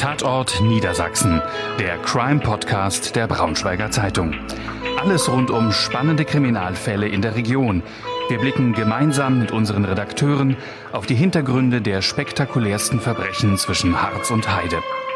Tatort Niedersachsen, der Crime-Podcast der Braunschweiger Zeitung. Alles rund um spannende Kriminalfälle in der Region. Wir blicken gemeinsam mit unseren Redakteuren auf die Hintergründe der spektakulärsten Verbrechen zwischen Harz und Heide.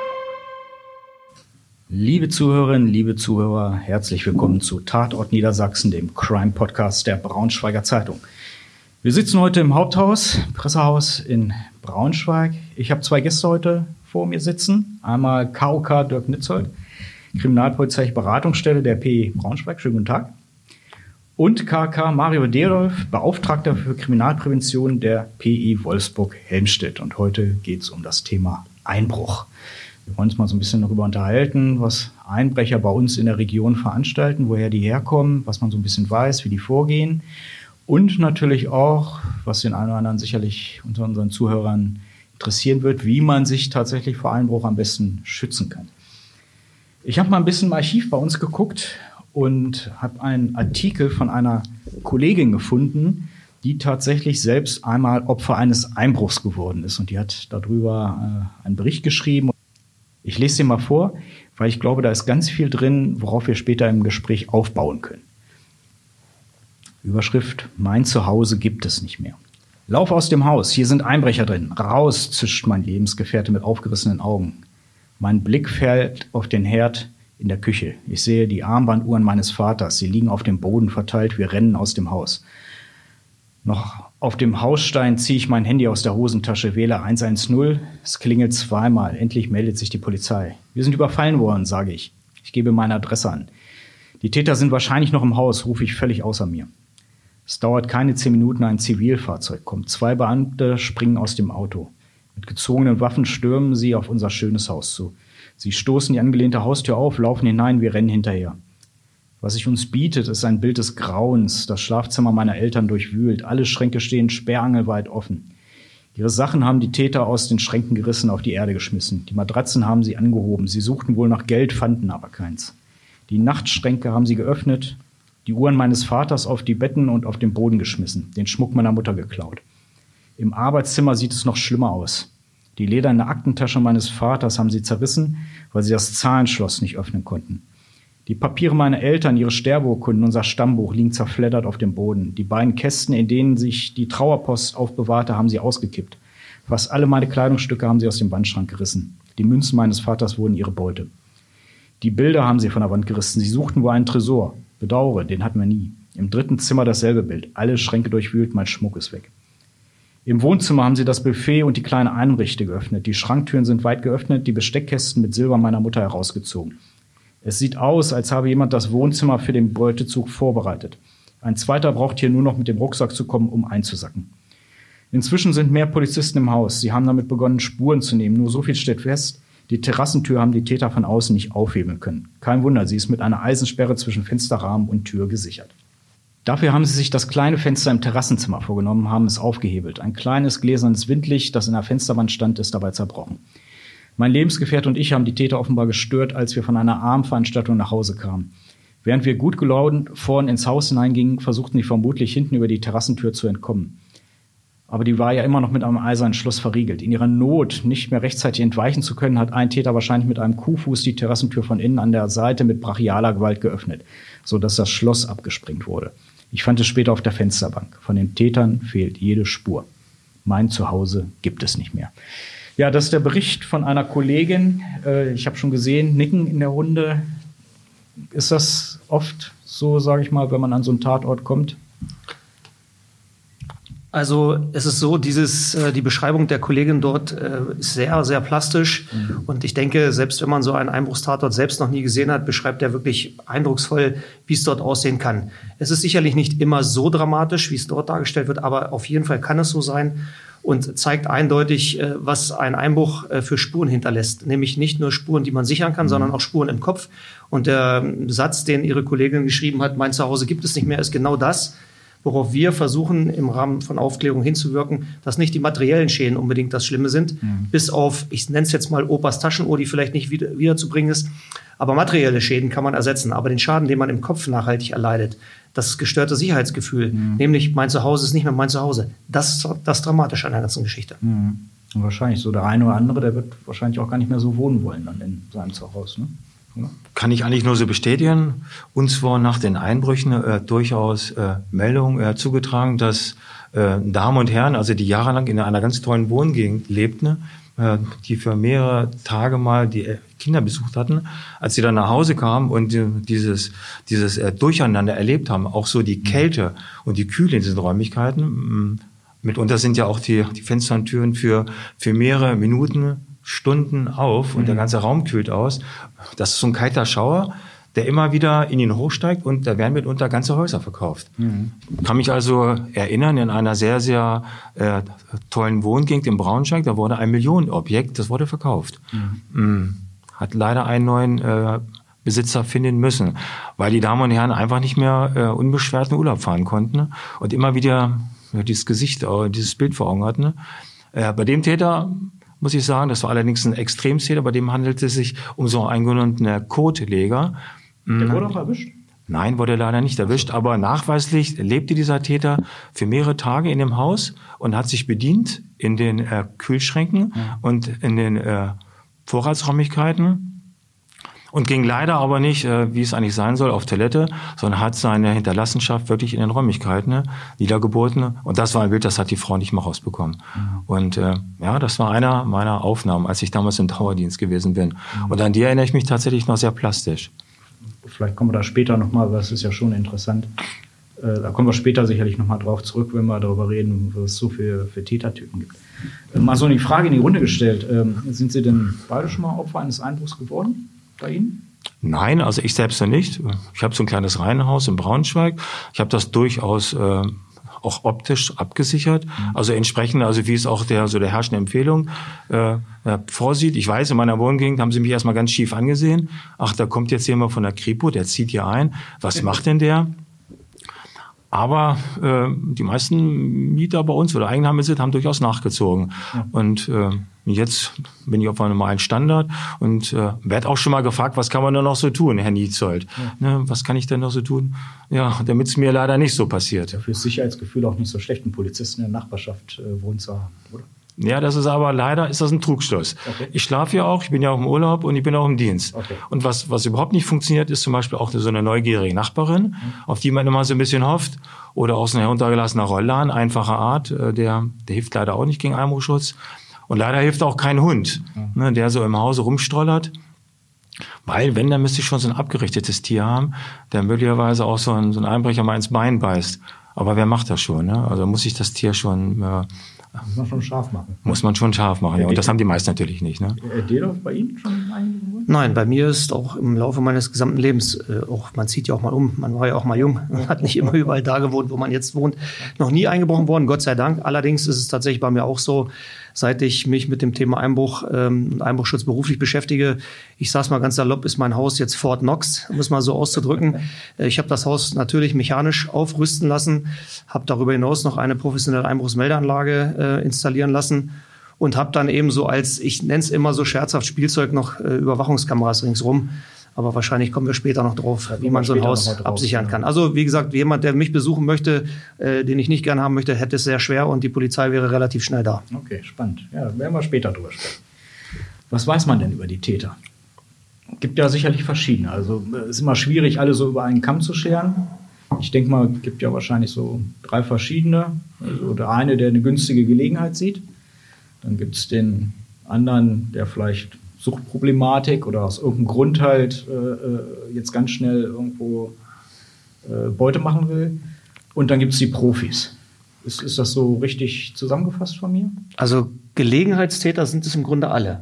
Liebe Zuhörerinnen, liebe Zuhörer, herzlich willkommen zu Tatort Niedersachsen, dem Crime-Podcast der Braunschweiger Zeitung. Wir sitzen heute im Haupthaus, Pressehaus in Braunschweig. Ich habe zwei Gäste heute vor mir sitzen. Einmal KOK Dirk Nitzold, Kriminalpolizeiliche Beratungsstelle der PI Braunschweig. Schönen guten Tag. Und KK Mario Derolf, Beauftragter für Kriminalprävention der PI Wolfsburg-Helmstedt. Und heute geht es um das Thema Einbruch. Wir wollen uns mal so ein bisschen darüber unterhalten, was Einbrecher bei uns in der Region veranstalten, woher die herkommen, was man so ein bisschen weiß, wie die vorgehen. Und natürlich auch, was den einen oder anderen sicherlich unter unseren Zuhörern interessieren wird, wie man sich tatsächlich vor Einbruch am besten schützen kann. Ich habe mal ein bisschen im Archiv bei uns geguckt und habe einen Artikel von einer Kollegin gefunden, die tatsächlich selbst einmal Opfer eines Einbruchs geworden ist. Und die hat darüber einen Bericht geschrieben. Ich lese den mal vor, weil ich glaube, da ist ganz viel drin, worauf wir später im Gespräch aufbauen können. Überschrift: Mein Zuhause gibt es nicht mehr. Lauf aus dem Haus, hier sind Einbrecher drin. Raus, zischt mein Lebensgefährte mit aufgerissenen Augen. Mein Blick fällt auf den Herd in der Küche. Ich sehe die Armbanduhren meines Vaters. Sie liegen auf dem Boden verteilt. Wir rennen aus dem Haus. Noch auf dem Hausstein ziehe ich mein Handy aus der Hosentasche, wähle 110. Es klingelt zweimal. Endlich meldet sich die Polizei. Wir sind überfallen worden, sage ich. Ich gebe meine Adresse an. Die Täter sind wahrscheinlich noch im Haus, rufe ich völlig außer mir. Es dauert keine 10 Minuten, ein Zivilfahrzeug kommt. 2 Beamte springen aus dem Auto. Mit gezogenen Waffen stürmen sie auf unser schönes Haus zu. Sie stoßen die angelehnte Haustür auf, laufen hinein, wir rennen hinterher. Was sich uns bietet, ist ein Bild des Grauens. Das Schlafzimmer meiner Eltern durchwühlt. Alle Schränke stehen sperrangelweit offen. Ihre Sachen haben die Täter aus den Schränken gerissen, auf die Erde geschmissen. Die Matratzen haben sie angehoben. Sie suchten wohl nach Geld, fanden aber keins. Die Nachtschränke haben sie geöffnet, die Uhren meines Vaters auf die Betten und auf den Boden geschmissen, den Schmuck meiner Mutter geklaut. Im Arbeitszimmer sieht es noch schlimmer aus. Die lederne Aktentasche meines Vaters haben sie zerrissen, weil sie das Zahlenschloss nicht öffnen konnten. Die Papiere meiner Eltern, ihre Sterbeurkunden, unser Stammbuch liegen zerfleddert auf dem Boden. Die beiden Kästen, in denen sich die Trauerpost aufbewahrte, haben sie ausgekippt. Fast alle meine Kleidungsstücke haben sie aus dem Wandschrank gerissen. Die Münzen meines Vaters wurden ihre Beute. Die Bilder haben sie von der Wand gerissen. Sie suchten wohl einen Tresor. Bedauere, den hatten wir nie. Im 3. Zimmer dasselbe Bild. Alle Schränke durchwühlt, mein Schmuck ist weg. Im Wohnzimmer haben sie das Buffet und die kleine Einrichte geöffnet. Die Schranktüren sind weit geöffnet, die Besteckkästen mit Silber meiner Mutter herausgezogen. Es sieht aus, als habe jemand das Wohnzimmer für den Beutezug vorbereitet. Ein zweiter braucht hier nur noch mit dem Rucksack zu kommen, um einzusacken. Inzwischen sind mehr Polizisten im Haus. Sie haben damit begonnen, Spuren zu nehmen. Nur so viel steht fest: Die Terrassentür haben die Täter von außen nicht aufhebeln können. Kein Wunder, sie ist mit einer Eisensperre zwischen Fensterrahmen und Tür gesichert. Dafür haben sie sich das kleine Fenster im Terrassenzimmer vorgenommen, haben es aufgehebelt. Ein kleines gläsernes Windlicht, das in der Fensterwand stand, ist dabei zerbrochen. Mein Lebensgefährte und ich haben die Täter offenbar gestört, als wir von einer Abendveranstaltung nach Hause kamen. Während wir gut gelaunt vorn ins Haus hineingingen, versuchten sie vermutlich hinten über die Terrassentür zu entkommen. Aber die war ja immer noch mit einem eisernen Schloss verriegelt. In ihrer Not, nicht mehr rechtzeitig entweichen zu können, hat ein Täter wahrscheinlich mit einem Kuhfuß die Terrassentür von innen an der Seite mit brachialer Gewalt geöffnet, sodass das Schloss abgesprengt wurde. Ich fand es später auf der Fensterbank. Von den Tätern fehlt jede Spur. Mein Zuhause gibt es nicht mehr. Ja, das ist der Bericht von einer Kollegin. Ich habe schon gesehen, Nicken in der Runde. Ist das oft so, sage ich mal, wenn man an so einen Tatort kommt? Also es ist so, die Beschreibung der Kollegin dort ist sehr, sehr plastisch. Mhm. Und ich denke, selbst wenn man so einen Einbruchstatort selbst noch nie gesehen hat, beschreibt er wirklich eindrucksvoll, wie es dort aussehen kann. Es ist sicherlich nicht immer so dramatisch, wie es dort dargestellt wird, aber auf jeden Fall kann es so sein und zeigt eindeutig, was ein Einbruch für Spuren hinterlässt. Nämlich nicht nur Spuren, die man sichern kann, sondern auch Spuren im Kopf. Und der Satz, den ihre Kollegin geschrieben hat, mein Zuhause gibt es nicht mehr, ist genau das, worauf wir versuchen, im Rahmen von Aufklärung hinzuwirken, dass nicht die materiellen Schäden unbedingt das Schlimme sind, bis auf, ich nenne es jetzt mal Opas Taschenuhr, die vielleicht nicht wiederzubringen ist, aber materielle Schäden kann man ersetzen. Aber den Schaden, den man im Kopf nachhaltig erleidet, das gestörte Sicherheitsgefühl, nämlich mein Zuhause ist nicht mehr mein Zuhause, das ist das Dramatische an der ganzen Geschichte. Und wahrscheinlich so der eine oder andere, der wird wahrscheinlich auch gar nicht mehr so wohnen wollen dann in seinem Zuhause, ne? Ja. Kann ich eigentlich nur so bestätigen. Uns war nach den Einbrüchen durchaus Meldungen zugetragen, dass Damen und Herren, also die jahrelang in einer ganz tollen Wohngegend lebten, die für mehrere Tage mal die Kinder besucht hatten, als sie dann nach Hause kamen und dieses Durcheinander erlebt haben, auch so die Kälte und die Kühle in diesen Räumlichkeiten. Mitunter sind ja auch die Fenster und Türen für mehrere Minuten, Stunden auf und der ganze Raum kühlt aus. Das ist so ein kalter Schauer, der immer wieder in ihn hochsteigt und da werden mitunter ganze Häuser verkauft. Ich kann mich also erinnern, in einer sehr, sehr tollen Wohngegend in Braunschweig, da wurde ein Millionenobjekt, das wurde verkauft. Hat leider einen neuen Besitzer finden müssen, weil die Damen und Herren einfach nicht mehr unbeschwert in Urlaub fahren konnten und immer wieder dieses Gesicht, dieses Bild vor Augen hatten. Bei dem Täter muss ich sagen, das war allerdings ein Extremtäter, bei dem handelte es sich um so einen genannten Kotleger. Der wurde auch erwischt? Nein, wurde leider nicht erwischt, aber nachweislich lebte dieser Täter für mehrere Tage in dem Haus und hat sich bedient in den Kühlschränken und in den Vorratsräumlichkeiten und ging leider aber nicht, wie es eigentlich sein soll, auf Toilette, sondern hat seine Hinterlassenschaft wirklich in den Räumlichkeiten niedergeboten. Und das war ein Bild, das hat die Frau nicht mehr rausbekommen. Und das war einer meiner Aufnahmen, als ich damals im Trauerdienst gewesen bin. Und an die erinnere ich mich tatsächlich noch sehr plastisch. Vielleicht kommen wir da später nochmal, das ist ja schon interessant. Da kommen wir später sicherlich nochmal drauf zurück, wenn wir darüber reden, was es so für Tätertypen gibt. Mal so eine Frage in die Runde gestellt. Sind Sie denn beide schon mal Opfer eines Einbruchs geworden bei Ihnen? Nein, also ich selbst nicht. Ich habe so ein kleines Reihenhaus in Braunschweig. Ich habe das durchaus auch optisch abgesichert. Also entsprechend, also wie es auch der herrschende Empfehlung vorsieht. Ich weiß, in meiner Wohngegend haben sie mich erstmal ganz schief angesehen. Ach, da kommt jetzt jemand von der Kripo, der zieht hier ein. Was macht denn der? Aber die meisten Mieter bei uns oder Eigenheimbesitzer haben durchaus nachgezogen. Ja. Und jetzt bin ich auf einem normalen Standard und werde auch schon mal gefragt, was kann man denn noch so tun, Herr Nietzold? Ja. Ne, was kann ich denn noch so tun? Ja, damit es mir leider nicht so passiert. Ja, für das Sicherheitsgefühl auch nicht so schlecht, einen Polizisten in der Nachbarschaft wohnen zu haben, oder? Ja, das ist aber leider ist das ein Trugschluss. Okay. Ich schlafe ja auch, ich bin ja auch im Urlaub und ich bin auch im Dienst. Okay. Und was überhaupt nicht funktioniert, ist zum Beispiel auch so eine neugierige Nachbarin, auf die man immer so ein bisschen hofft. Oder auch so ein heruntergelassener Rollladen, einfacher Art, der hilft leider auch nicht gegen Einbruchschutz. Und leider hilft auch kein Hund, ne, der so im Hause rumstrollert. Weil, wenn, dann müsste ich schon so ein abgerichtetes Tier haben, der möglicherweise auch so ein Einbrecher mal ins Bein beißt. Aber wer macht das schon? Ne? Also muss ich das Tier schon... muss man schon scharf machen. Muss man schon scharf machen, ja. Und das haben die meisten natürlich nicht. Ne? Dedorf, bei Ihnen schon eingegangen worden? Nein, bei mir ist auch im Laufe meines gesamten Lebens, man zieht ja auch mal um, man war ja auch mal jung, man hat nicht immer überall da gewohnt, wo man jetzt wohnt, noch nie eingebrochen worden, Gott sei Dank. Allerdings ist es tatsächlich bei mir auch so, seit ich mich mit dem Thema Einbruch und Einbruchschutz beruflich beschäftige, ich sag's mal ganz salopp, ist mein Haus jetzt Fort Knox, um es mal so auszudrücken. Ich habe das Haus natürlich mechanisch aufrüsten lassen, habe darüber hinaus noch eine professionelle Einbruchsmeldeanlage installieren lassen und habe dann eben so als, ich nenne es immer so scherzhaft, Spielzeug noch Überwachungskameras ringsrum. Aber wahrscheinlich kommen wir später noch drauf, wie man so ein Haus absichern kann. Also wie gesagt, jemand, der mich besuchen möchte, den ich nicht gern haben möchte, hätte es sehr schwer und die Polizei wäre relativ schnell da. Okay, spannend. Ja, da werden wir später drüber sprechen. Was weiß man denn über die Täter? Gibt ja sicherlich verschiedene. Also es ist immer schwierig, alle so über einen Kamm zu scheren. Ich denke mal, es gibt ja wahrscheinlich so 3 verschiedene. Also der eine, der eine günstige Gelegenheit sieht. Dann gibt es den anderen, der vielleicht Suchtproblematik oder aus irgendeinem Grund halt jetzt ganz schnell irgendwo Beute machen will. Und dann gibt es die Profis. Ist das so richtig zusammengefasst von mir? Also Gelegenheitstäter sind es im Grunde alle.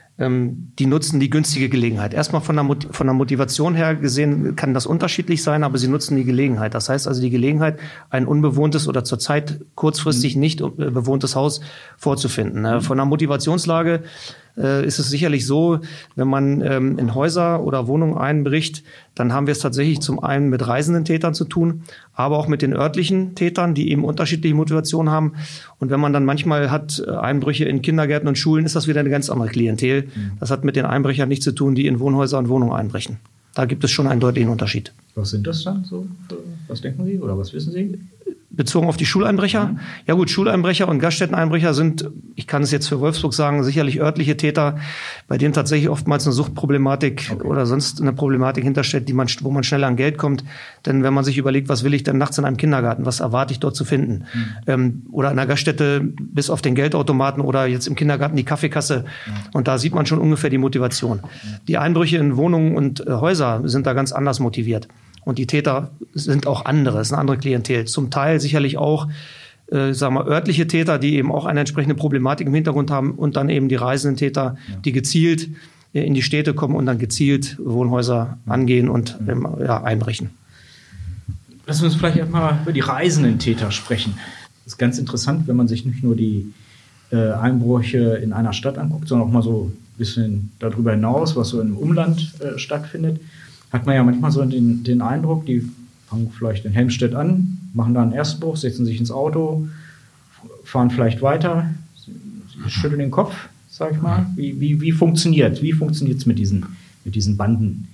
Die nutzen die günstige Gelegenheit. Erstmal von der Motivation her gesehen kann das unterschiedlich sein, aber sie nutzen die Gelegenheit. Das heißt also die Gelegenheit, ein unbewohntes oder zurzeit kurzfristig nicht bewohntes Haus vorzufinden. Von der Motivationslage ist es sicherlich so, wenn man in Häuser oder Wohnungen einbricht, dann haben wir es tatsächlich zum einen mit reisenden Tätern zu tun, aber auch mit den örtlichen Tätern, die eben unterschiedliche Motivationen haben. Und wenn man dann manchmal hat Einbrüche in Kindergärten und Schulen, ist das wieder eine ganz andere Klientel. Das hat mit den Einbrechern nichts zu tun, die in Wohnhäuser und Wohnungen einbrechen. Da gibt es schon einen deutlichen Unterschied. Was sind das dann so? Was denken Sie oder was wissen Sie? bezogen auf die Schuleinbrecher. Ja gut, Schuleinbrecher und Gaststätteneinbrecher sind, ich kann es jetzt für Wolfsburg sagen, sicherlich örtliche Täter, bei denen tatsächlich oftmals eine Suchtproblematik oder sonst eine Problematik hintersteht, wo man schneller an Geld kommt. Denn wenn man sich überlegt, was will ich denn nachts in einem Kindergarten, was erwarte ich dort zu finden? Oder in einer Gaststätte bis auf den Geldautomaten oder jetzt im Kindergarten die Kaffeekasse. Und da sieht man schon ungefähr die Motivation. Die Einbrüche in Wohnungen und Häuser sind da ganz anders motiviert. Und die Täter sind auch andere, es ist eine andere Klientel. Zum Teil sicherlich auch, örtliche Täter, die eben auch eine entsprechende Problematik im Hintergrund haben und dann eben die reisenden Täter, die gezielt in die Städte kommen und dann gezielt Wohnhäuser angehen und einbrechen. Lass uns vielleicht erstmal über die reisenden Täter sprechen. Das ist ganz interessant, wenn man sich nicht nur die Einbrüche in einer Stadt anguckt, sondern auch mal so ein bisschen darüber hinaus, was so im Umland stattfindet. Hat man ja manchmal so den Eindruck, die fangen vielleicht in Helmstedt an, machen da einen Erstbruch, setzen sich ins Auto, fahren vielleicht weiter, sie schütteln den Kopf, sag ich mal. Wie funktioniert es mit diesen Banden?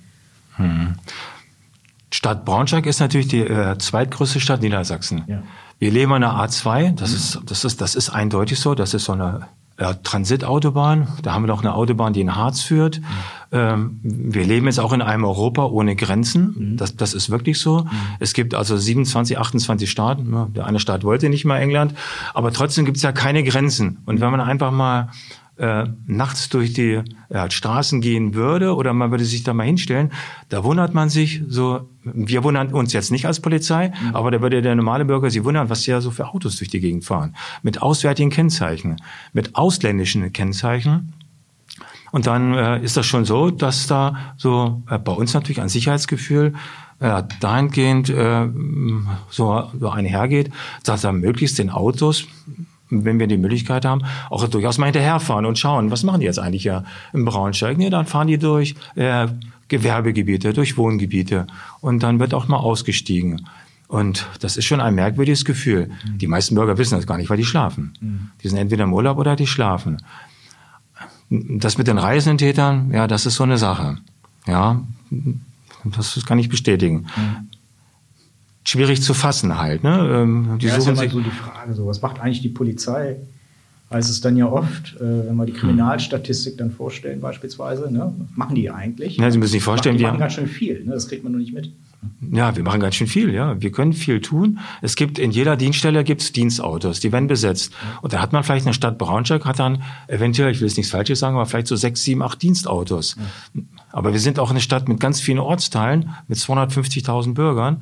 Stadt Braunschweig ist natürlich die zweitgrößte Stadt Niedersachsen. Ja. Wir leben an der A2, das ist eindeutig so, das ist so eine Transitautobahn. Da haben wir noch eine Autobahn, die in Harz führt. Wir leben jetzt auch in einem Europa ohne Grenzen. Das ist wirklich so. Es gibt also 27, 28 Staaten. Der eine Staat wollte nicht mal England. Aber trotzdem gibt es ja keine Grenzen. Und wenn man einfach mal nachts durch die Straßen gehen würde oder man würde sich da mal hinstellen, da wundert man sich so, wir wundern uns jetzt nicht als Polizei, aber da würde der normale Bürger sich wundern, was ja so für Autos durch die Gegend fahren. Mit auswärtigen Kennzeichen, mit ausländischen Kennzeichen. Und dann ist das schon so, dass da so bei uns natürlich ein Sicherheitsgefühl dahingehend so einhergeht, dass da möglichst den Autos, wenn wir die Möglichkeit haben, auch durchaus mal hinterherfahren und schauen, was machen die jetzt eigentlich ja im Braunschweig? Nee, dann fahren die durch Gewerbegebiete, durch Wohngebiete und dann wird auch mal ausgestiegen. Und das ist schon ein merkwürdiges Gefühl. Die meisten Bürger wissen das gar nicht, weil die schlafen. Die sind entweder im Urlaub oder die schlafen. Das mit den reisenden Tätern, ja, das ist so eine Sache. Ja, das kann ich bestätigen. Schwierig zu fassen halt. Ne? Die suchen sich so die Frage, so, was macht eigentlich die Polizei? Heißt es dann ja oft, wenn wir die Kriminalstatistik dann vorstellen beispielsweise, ne? Was machen die eigentlich? Ja, Sie müssen sich vorstellen, die machen ganz schön viel, ne? Das kriegt man nur nicht mit. Ja, wir machen ganz schön viel, ja. Wir können viel tun. Es gibt in jeder Dienststelle gibt's Dienstautos, die werden besetzt. Und da hat man vielleicht eine Stadt Braunschweig, hat dann eventuell, ich will jetzt nichts Falsches sagen, aber vielleicht so 6, 7, 8 Dienstautos. Ja. Aber wir sind auch eine Stadt mit ganz vielen Ortsteilen, mit 250.000 Bürgern.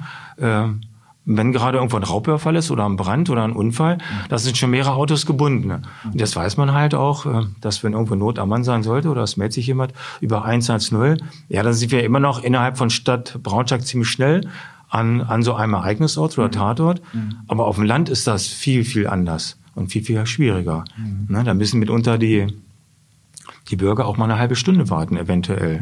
Wenn gerade irgendwo ein Raubüberfall ist oder ein Brand oder ein Unfall, das sind schon mehrere Autos gebunden. Und das weiß man halt auch, dass wenn irgendwo Not am Mann sein sollte oder es meldet sich jemand über 110, ja, dann sind wir immer noch innerhalb von Stadt Braunschweig ziemlich schnell an so einem Ereignisort oder Tatort. Aber auf dem Land ist das viel, viel anders und viel, viel schwieriger. Ne, da müssen mitunter die Bürger auch mal eine halbe Stunde warten, eventuell,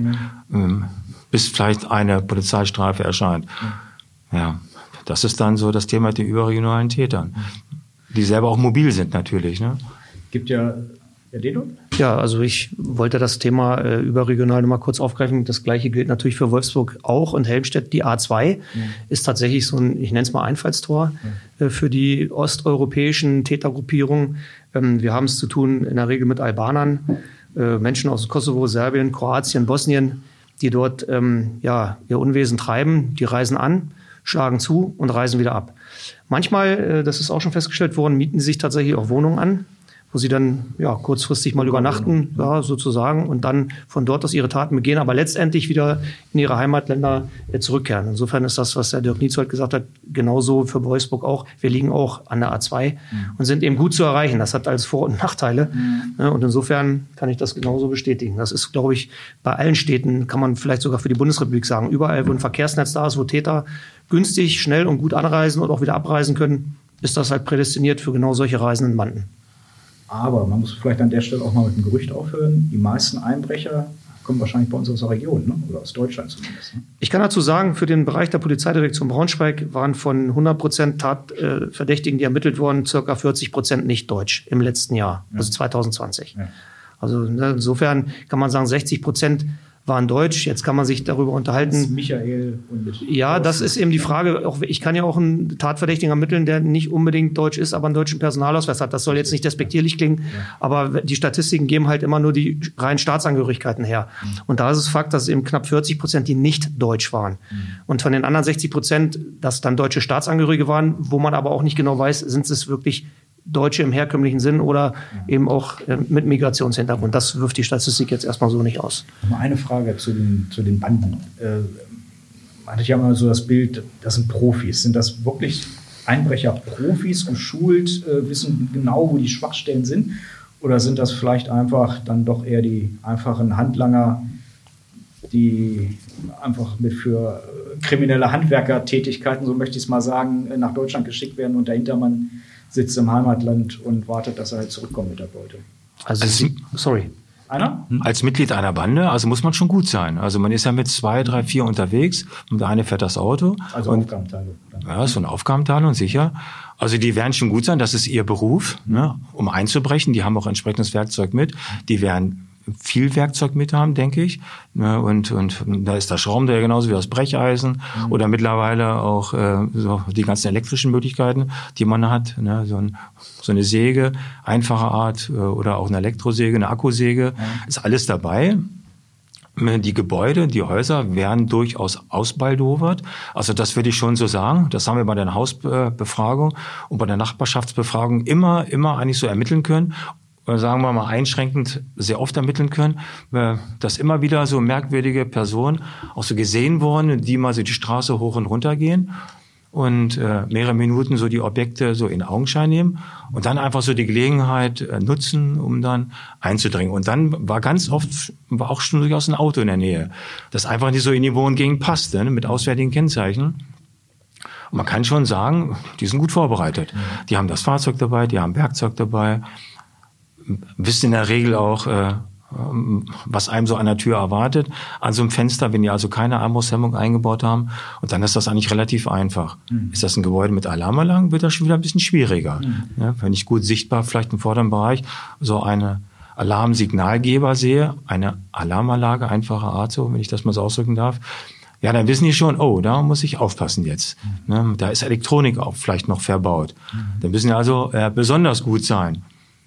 bis vielleicht eine Polizeistreife erscheint. Ja. Das ist dann so das Thema mit den überregionalen Tätern, die selber auch mobil sind natürlich. Ne? Gibt ja Deno? Ja, also ich wollte das Thema überregional noch mal kurz aufgreifen. Das Gleiche gilt natürlich für Wolfsburg auch und Helmstedt. Die A2 ist tatsächlich so ein, ich nenne es mal Einfallstor für die osteuropäischen Tätergruppierungen. Wir haben es zu tun in der Regel mit Albanern, Menschen aus Kosovo, Serbien, Kroatien, Bosnien, die dort ihr Unwesen treiben. Die reisen an, schlagen zu und reisen wieder ab. Manchmal, das ist auch schon festgestellt worden, mieten sie sich tatsächlich auch Wohnungen an, wo sie dann kurzfristig mal übernachten, sozusagen, und dann von dort aus ihre Taten begehen, aber letztendlich wieder in ihre Heimatländer zurückkehren. Insofern ist das, was der Dirk Nietzold gesagt hat, genauso für Wolfsburg auch. Wir liegen auch an der A2 und sind eben gut zu erreichen. Das hat alles Vor- und Nachteile. Und insofern kann ich das genauso bestätigen. Das ist, glaube ich, bei allen Städten, kann man vielleicht sogar für die Bundesrepublik sagen, überall, wo ein Verkehrsnetz da ist, wo Täter günstig, schnell und gut anreisen und auch wieder abreisen können, ist das halt prädestiniert für genau solche reisenden Banden. Aber man muss vielleicht an der Stelle auch mal mit dem Gerücht aufhören. Die meisten Einbrecher kommen wahrscheinlich bei uns aus der Region, ne? Oder aus Deutschland zumindest. Ne? Ich kann dazu sagen, für den Bereich der Polizeidirektion Braunschweig waren von 100% Tatverdächtigen, die ermittelt wurden, ca. 40% nicht deutsch im letzten Jahr, also 2020. Ja. Also insofern kann man sagen, 60% waren deutsch. Jetzt kann man sich darüber unterhalten. Michael und ja, das ist eben die Frage. Auch, ich kann ja auch einen Tatverdächtigen ermitteln, der nicht unbedingt deutsch ist, aber einen deutschen Personalausweis hat. Das soll jetzt nicht despektierlich klingen, aber die Statistiken geben halt immer nur die reinen Staatsangehörigkeiten her. Und da ist es Fakt, dass es eben knapp 40%, die nicht deutsch waren. Und von den anderen 60%, dass dann deutsche Staatsangehörige waren, wo man aber auch nicht genau weiß, sind es wirklich Deutsche im herkömmlichen Sinn oder eben auch mit Migrationshintergrund. Das wirft die Statistik jetzt erstmal so nicht aus. Mal eine Frage zu den Banden. Man hat ja immer so das Bild, das sind Profis. Sind das wirklich Einbrecher-Profis, geschult, wissen genau, wo die Schwachstellen sind? Oder sind das vielleicht einfach dann doch eher die einfachen Handlanger, die einfach mit für kriminelle Handwerkertätigkeiten, so möchte ich es mal sagen, nach Deutschland geschickt werden und der Hintermann sitzt im Heimatland und wartet, dass er halt zurückkommt mit der Beute. Als Mitglied einer Bande, also muss man schon gut sein. Also man ist ja mit 2, 3, 4 unterwegs und der eine fährt das Auto. Also Aufgabenteilung. Ja, so eine Aufgabenteilung, sicher. Also die werden schon gut sein, das ist ihr Beruf, ne, um einzubrechen. Die haben auch entsprechendes Werkzeug mit. Die werden viel Werkzeug mit haben, denke ich. Und da ist der Schraubendreher genauso wie das Brecheisen oder mittlerweile auch so die ganzen elektrischen Möglichkeiten, die man hat. Ne? So eine Säge, einfache Art oder auch eine Elektrosäge, eine Akkusäge, ist alles dabei. Die Gebäude, die Häuser werden durchaus ausbaldowert. Also das würde ich schon so sagen. Das haben wir bei der Hausbefragung und bei der Nachbarschaftsbefragung immer eigentlich so ermitteln können. Oder sagen wir mal einschränkend sehr oft ermitteln können, dass immer wieder so merkwürdige Personen auch so gesehen wurden, die mal so die Straße hoch und runter gehen und mehrere Minuten so die Objekte so in Augenschein nehmen und dann einfach so die Gelegenheit nutzen, um dann einzudringen. Und dann war ganz oft auch schon durchaus ein Auto in der Nähe, das einfach nicht so in die Wohngegend passte, ne, mit auswärtigen Kennzeichen. Und man kann schon sagen, die sind gut vorbereitet. Die haben das Fahrzeug dabei, die haben Werkzeug dabei, wissen in der Regel auch, was einem so an der Tür erwartet, an so einem Fenster, wenn die also keine Einbruchshemmung eingebaut haben. Und dann ist das eigentlich relativ einfach. Ist das ein Gebäude mit Alarmanlagen, wird das schon wieder ein bisschen schwieriger. Ja, wenn ich gut sichtbar vielleicht im vorderen Bereich so eine Alarmsignalgeber sehe, eine Alarmanlage, einfacher Art so, wenn ich das mal so ausdrücken darf, ja, dann wissen die schon, oh, da muss ich aufpassen jetzt. Ne, da ist Elektronik auch vielleicht noch verbaut. Dann müssen die also besonders gut sein.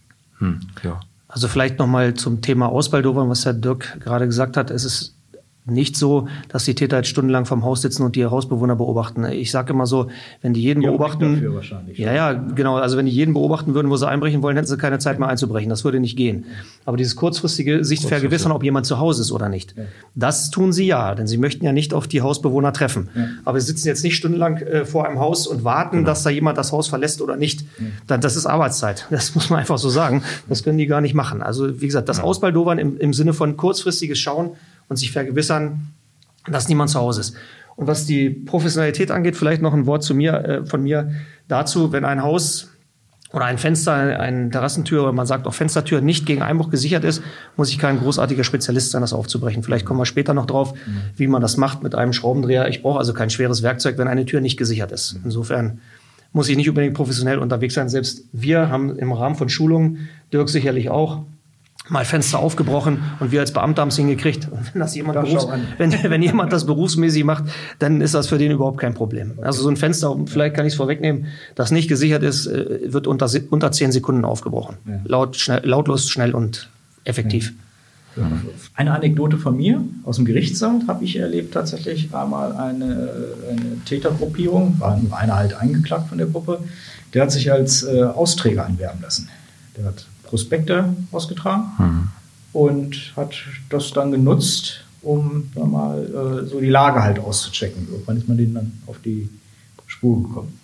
Ja. Also vielleicht nochmal zum Thema Ausbaldowern, was Herr Dirk gerade gesagt hat. Es ist nicht so, dass die Täter jetzt stundenlang vom Haus sitzen und die Hausbewohner beobachten. Ich sage immer so, wenn die jeden beobachten, dafür wahrscheinlich. Ja, genau. Also wenn die jeden beobachten würden, wo sie einbrechen wollen, hätten sie keine Zeit mehr einzubrechen. Das würde nicht gehen. Aber dieses kurzfristige sich vergewissern, ob jemand zu Hause ist oder nicht, das tun sie ja, denn sie möchten ja nicht auf die Hausbewohner treffen. Ja. Aber sie sitzen jetzt nicht stundenlang vor einem Haus und warten, dass da jemand das Haus verlässt oder nicht. Das ist Arbeitszeit. Das muss man einfach so sagen. Das können die gar nicht machen. Also wie gesagt, das Ausbaldowern im Sinne von kurzfristiges Schauen und sich vergewissern, dass niemand zu Hause ist. Und was die Professionalität angeht, vielleicht noch ein Wort von mir dazu, wenn ein Haus oder ein Fenster, eine Terrassentür oder man sagt auch Fenstertür nicht gegen Einbruch gesichert ist, muss ich kein großartiger Spezialist sein, das aufzubrechen. Vielleicht kommen wir später noch drauf, wie man das macht mit einem Schraubendreher. Ich brauche also kein schweres Werkzeug, wenn eine Tür nicht gesichert ist. Insofern muss ich nicht unbedingt professionell unterwegs sein. Selbst wir haben im Rahmen von Schulungen, Dirk sicherlich auch, mal Fenster aufgebrochen und wir als Beamte haben es hingekriegt. Und wenn das jemand wenn jemand das berufsmäßig macht, dann ist das für den überhaupt kein Problem. Also so ein Fenster, vielleicht kann ich es vorwegnehmen, das nicht gesichert ist, wird unter 10 Sekunden aufgebrochen. Ja. Lautlos, schnell und effektiv. Ja. Eine Anekdote von mir aus dem Gerichtssaal habe ich erlebt, tatsächlich einmal eine Tätergruppierung, war nur einer halt eingeklagt von der Gruppe, der hat sich als Austräger anwerben lassen. Der hat Prospekte ausgetragen und hat das dann genutzt, um mal so die Lage halt auszuchecken. Irgendwann ist man denen dann auf die Spur gekommen.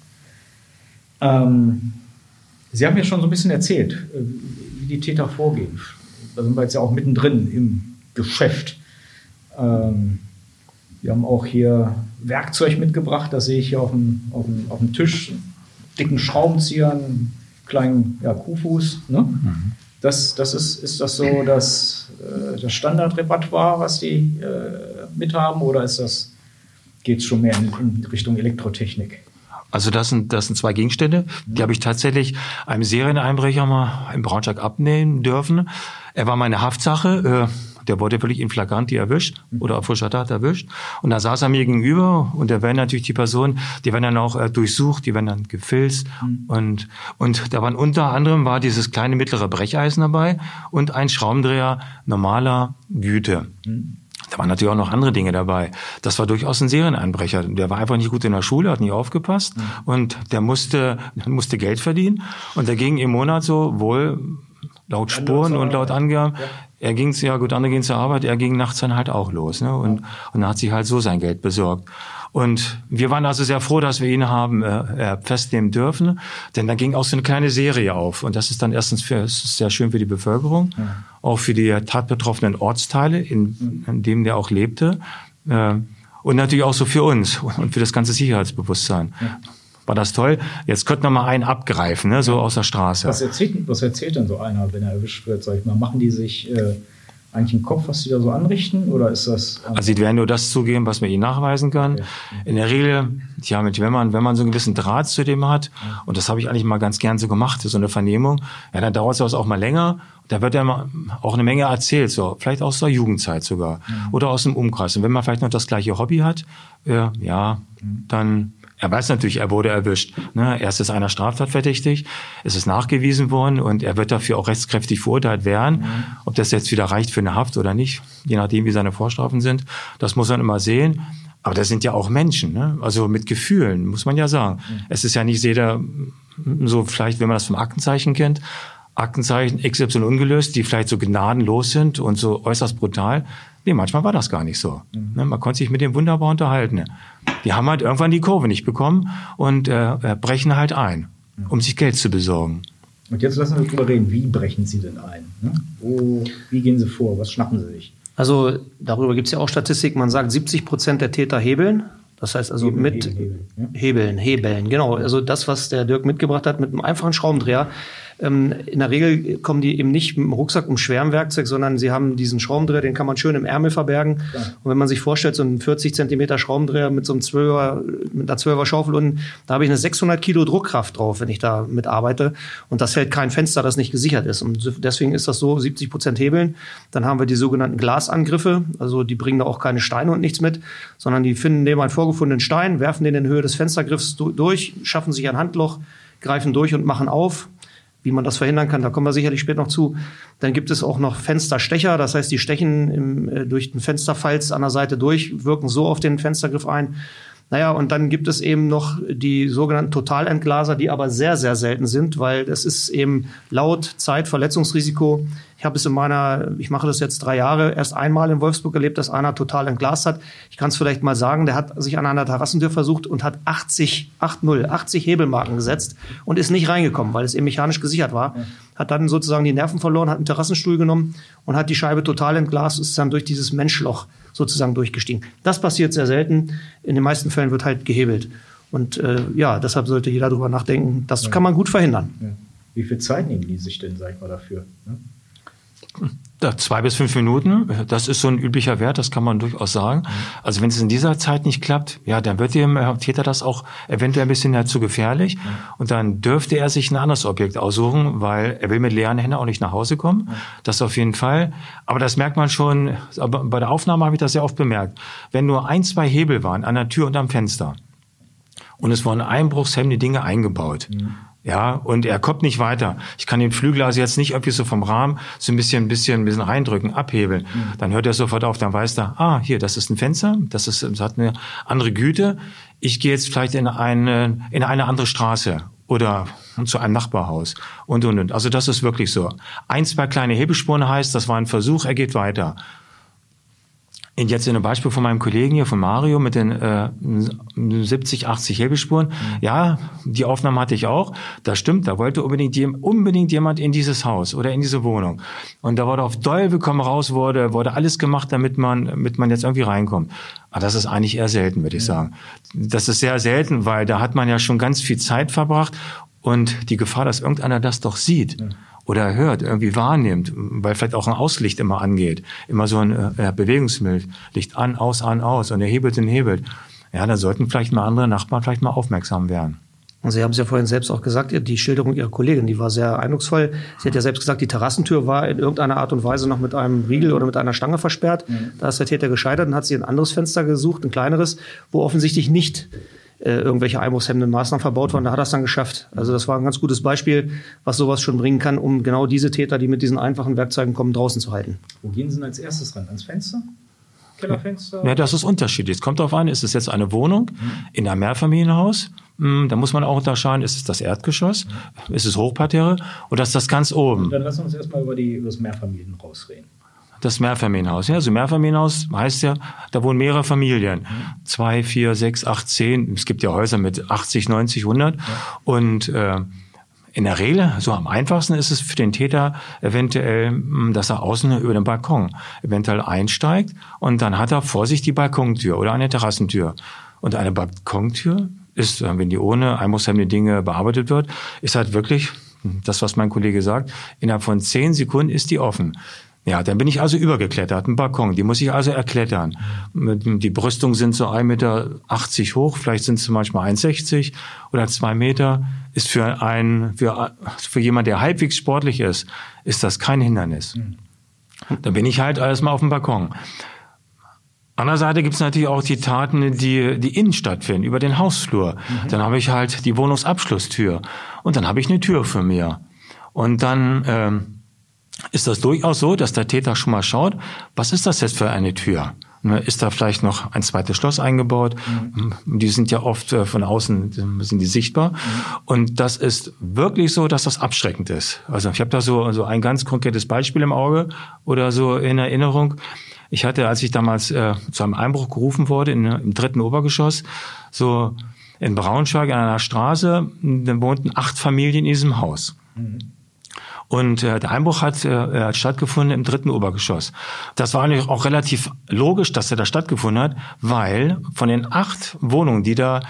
Sie haben ja schon so ein bisschen erzählt, wie die Täter vorgehen. Da sind wir jetzt ja auch mittendrin im Geschäft. Wir haben auch hier Werkzeug mitgebracht, das sehe ich hier auf dem Tisch, dicken Schraubenzieher, einen kleinen Kuhfuß. Ne? Ist das so das Standardrepertoire, was die mithaben, oder geht es schon mehr in Richtung Elektrotechnik? Also das sind 2 Gegenstände, die habe ich tatsächlich einem Serieneinbrecher mal in Braunschweig abnehmen dürfen. Er war meine Haftsache. der wurde wirklich in flagranti erwischt oder auf frischer Tat erwischt. Und da saß er mir gegenüber und da werden natürlich die Personen, die werden dann auch durchsucht, die werden dann gefilzt. Und da waren unter anderem war dieses kleine mittlere Brecheisen dabei und ein Schraubendreher normaler Güte. Da waren natürlich auch noch andere Dinge dabei. Das war durchaus ein Serieneinbrecher. Der war einfach nicht gut in der Schule, hat nicht aufgepasst und der musste Geld verdienen. Und der ging im Monat so wohl laut Spuren und laut Angaben. Ja. Er ging andere gehen zur Arbeit, er ging nachts dann halt auch los, ne? Und hat sich halt so sein Geld besorgt. Und wir waren also sehr froh, dass wir ihn haben festnehmen dürfen, denn da ging auch so eine kleine Serie auf. Und das ist dann erstens sehr schön für die Bevölkerung, auch für die tatbetroffenen Ortsteile, in dem der auch lebte, und natürlich auch so für uns und für das ganze Sicherheitsbewusstsein. Ja. War das toll? Jetzt könnten wir mal einen abgreifen, ne, so aus der Straße. Was erzählt denn so einer, wenn er erwischt wird? Sag ich mal, machen die sich eigentlich im Kopf, was die da so anrichten? Oder ist das? Also sie werden nur das zugeben, was man ihnen nachweisen kann. Okay. In der Regel, wenn man so einen gewissen Draht zu dem hat, und das habe ich eigentlich mal ganz gern so gemacht, so eine Vernehmung, ja, dann dauert es auch mal länger. Da wird ja auch eine Menge erzählt, so vielleicht aus der Jugendzeit sogar oder aus dem Umkreis. Und wenn man vielleicht noch das gleiche Hobby hat, dann er weiß natürlich, er wurde erwischt. Ne? Erst ist einer straftatverdächtig, es ist nachgewiesen worden und er wird dafür auch rechtskräftig verurteilt werden. Ob das jetzt wieder reicht für eine Haft oder nicht, je nachdem, wie seine Vorstrafen sind, das muss man immer sehen. Aber das sind ja auch Menschen, ne? Also mit Gefühlen, muss man ja sagen. Es ist ja nicht jeder so, vielleicht, wenn man das vom Aktenzeichen kennt, Aktenzeichen XY ungelöst, die vielleicht so gnadenlos sind und so äußerst brutal. Nee, manchmal war das gar nicht so. Man konnte sich mit dem wunderbar unterhalten. Die haben halt irgendwann die Kurve nicht bekommen und brechen halt ein, um sich Geld zu besorgen. Und jetzt lassen wir drüber reden, wie brechen sie denn ein? Ne? Wie gehen sie vor? Was schnappen sie sich? Also darüber gibt es ja auch Statistiken. Man sagt, 70% der Täter hebeln. Das heißt also Hebeln, genau. Also das, was der Dirk mitgebracht hat, mit einem einfachen Schraubendreher. In der Regel kommen die eben nicht mit dem Rucksack um schwerem Werkzeug, sondern sie haben diesen Schraubendreher, den kann man schön im Ärmel verbergen. Ja. Und wenn man sich vorstellt, so einen 40 Zentimeter Schraubendreher mit so einem mit einer 12er Schaufel unten, da habe ich eine 600 Kilo Druckkraft drauf, wenn ich da mit arbeite. Und das hält kein Fenster, das nicht gesichert ist. Und deswegen ist das so, 70% Hebeln. Dann haben wir die sogenannten Glasangriffe. Also die bringen da auch keine Steine und nichts mit, sondern die nehmen einen vorgefundenen Stein, werfen den in Höhe des Fenstergriffs durch, schaffen sich ein Handloch, greifen durch und machen auf. Wie man das verhindern kann, da kommen wir sicherlich später noch zu. Dann gibt es auch noch Fensterstecher, das heißt, die stechen durch den Fensterfalz an der Seite durch, wirken so auf den Fenstergriff ein. Naja, und dann gibt es eben noch die sogenannten Totalentglaser, die aber sehr, sehr selten sind, weil es ist eben laut, Zeit, Verletzungsrisiko. Ich habe es ich mache das jetzt 3 Jahre, erst einmal in Wolfsburg erlebt, dass einer total entglast hat. Ich kann es vielleicht mal sagen, der hat sich an einer Terrassentür versucht und hat 80 Hebelmarken gesetzt und ist nicht reingekommen, weil es eben mechanisch gesichert war. Ja. Hat dann sozusagen die Nerven verloren, hat einen Terrassenstuhl genommen und hat die Scheibe total entglast, ist dann durch dieses Menschloch sozusagen durchgestiegen. Das passiert sehr selten. In den meisten Fällen wird halt gehebelt. Und deshalb sollte jeder darüber nachdenken. Das kann man gut verhindern. Ja. Wie viel Zeit nehmen die sich denn, sag ich mal, dafür? Ne? 2 bis 5 Minuten, das ist so ein üblicher Wert, das kann man durchaus sagen. Also wenn es in dieser Zeit nicht klappt, ja, dann wird dem Täter das auch eventuell ein bisschen zu gefährlich. Und dann dürfte er sich ein anderes Objekt aussuchen, weil er will mit leeren Händen auch nicht nach Hause kommen. Das auf jeden Fall. Aber das merkt man schon, aber bei der Aufnahme habe ich das sehr oft bemerkt. Wenn nur 1, 2 Hebel waren an der Tür und am Fenster und es wurden einbruchshemmende Dinge eingebaut, ja, und er kommt nicht weiter. Ich kann den Flügel also jetzt nicht irgendwie so vom Rahmen so ein bisschen reindrücken, abhebeln. Dann hört er sofort auf, dann weiß er, hier, das ist ein Fenster, das hat eine andere Güte. Ich gehe jetzt vielleicht in eine andere Straße oder zu einem Nachbarhaus und. Also das ist wirklich so. 1, 2 kleine Hebelspuren heißt, das war ein Versuch, er geht weiter. Und jetzt in einem Beispiel von meinem Kollegen hier, von Mario, mit den 70, 80 Hebelspuren. Ja, die Aufnahmen hatte ich auch. Das stimmt, da wollte unbedingt jemand in dieses Haus oder in diese Wohnung. Und da wurde auf Teufel komm raus, wurde alles gemacht, damit man jetzt irgendwie reinkommt. Aber das ist eigentlich eher selten, würde ich sagen. Das ist sehr selten, weil da hat man ja schon ganz viel Zeit verbracht und die Gefahr, dass irgendeiner das doch sieht. Oder hört, irgendwie wahrnimmt, weil vielleicht auch ein Auslicht immer angeht. Immer so ein Bewegungslicht an, aus und er hebelt. Ja, da sollten vielleicht mal andere Nachbarn vielleicht mal aufmerksam werden. Und Sie haben es ja vorhin selbst auch gesagt, die Schilderung Ihrer Kollegin, die war sehr eindrucksvoll. Sie hat ja selbst gesagt, die Terrassentür war in irgendeiner Art und Weise noch mit einem Riegel oder mit einer Stange versperrt. Da ist der Täter gescheitert und hat sie ein anderes Fenster gesucht, ein kleineres, wo offensichtlich nicht irgendwelche einbruchshemmenden Maßnahmen verbaut waren. Da hat er es dann geschafft. Also das war ein ganz gutes Beispiel, was sowas schon bringen kann, um genau diese Täter, die mit diesen einfachen Werkzeugen kommen, draußen zu halten. Wo gehen Sie denn als erstes ran? Ans Fenster? Kellerfenster? Ja, das ist unterschiedlich. Es kommt darauf an, ist es jetzt eine Wohnung in einem Mehrfamilienhaus? Da muss man auch unterscheiden, ist es das Erdgeschoss, ist es Hochparterre oder ist das ganz oben? Dann lassen wir uns erstmal über das Mehrfamilienhaus reden. Das Mehrfamilienhaus. Ja, also Mehrfamilienhaus heißt ja, da wohnen mehrere Familien. 2, 4, 6, 8, 10. Es gibt ja Häuser mit 80, 90, 100. Ja. Und in der Regel, so am einfachsten ist es für den Täter eventuell, dass er außen über den Balkon eventuell einsteigt und dann hat er vor sich die Balkontür oder eine Terrassentür. Und eine Balkontür ist, wenn die ohne einbruchshemmende Dinge bearbeitet wird, ist halt wirklich, das was mein Kollege sagt, innerhalb von 10 Sekunden ist die offen. Ja, dann bin ich also übergeklettert, einen Balkon, die muss ich also erklettern. Die Brüstungen sind so 1,80 Meter hoch, vielleicht sind es manchmal 1,60 oder 2 Meter. Ist für jemand, der halbwegs sportlich ist das kein Hindernis. Dann bin ich halt erstmal auf dem Balkon. Andererseits gibt es natürlich auch die Taten, die innen stattfinden, über den Hausflur. Dann habe ich halt die Wohnungsabschlusstür und dann habe ich eine Tür für mir. Und dann ist das durchaus so, dass der Täter schon mal schaut, was ist das jetzt für eine Tür? Ist da vielleicht noch ein zweites Schloss eingebaut? Die sind ja oft von außen sind die sichtbar. Und das ist wirklich so, dass das abschreckend ist. Also ich habe da so ein ganz konkretes Beispiel im Auge oder so in Erinnerung. Ich hatte, als ich damals zu einem Einbruch gerufen wurde im 3. Obergeschoss, so in Braunschweig an einer Straße, da wohnten 8 Familien in diesem Haus. Und der Einbruch hat stattgefunden im 3. Obergeschoss. Das war eigentlich auch relativ logisch, dass er da stattgefunden hat, weil von den 8 Wohnungen, die da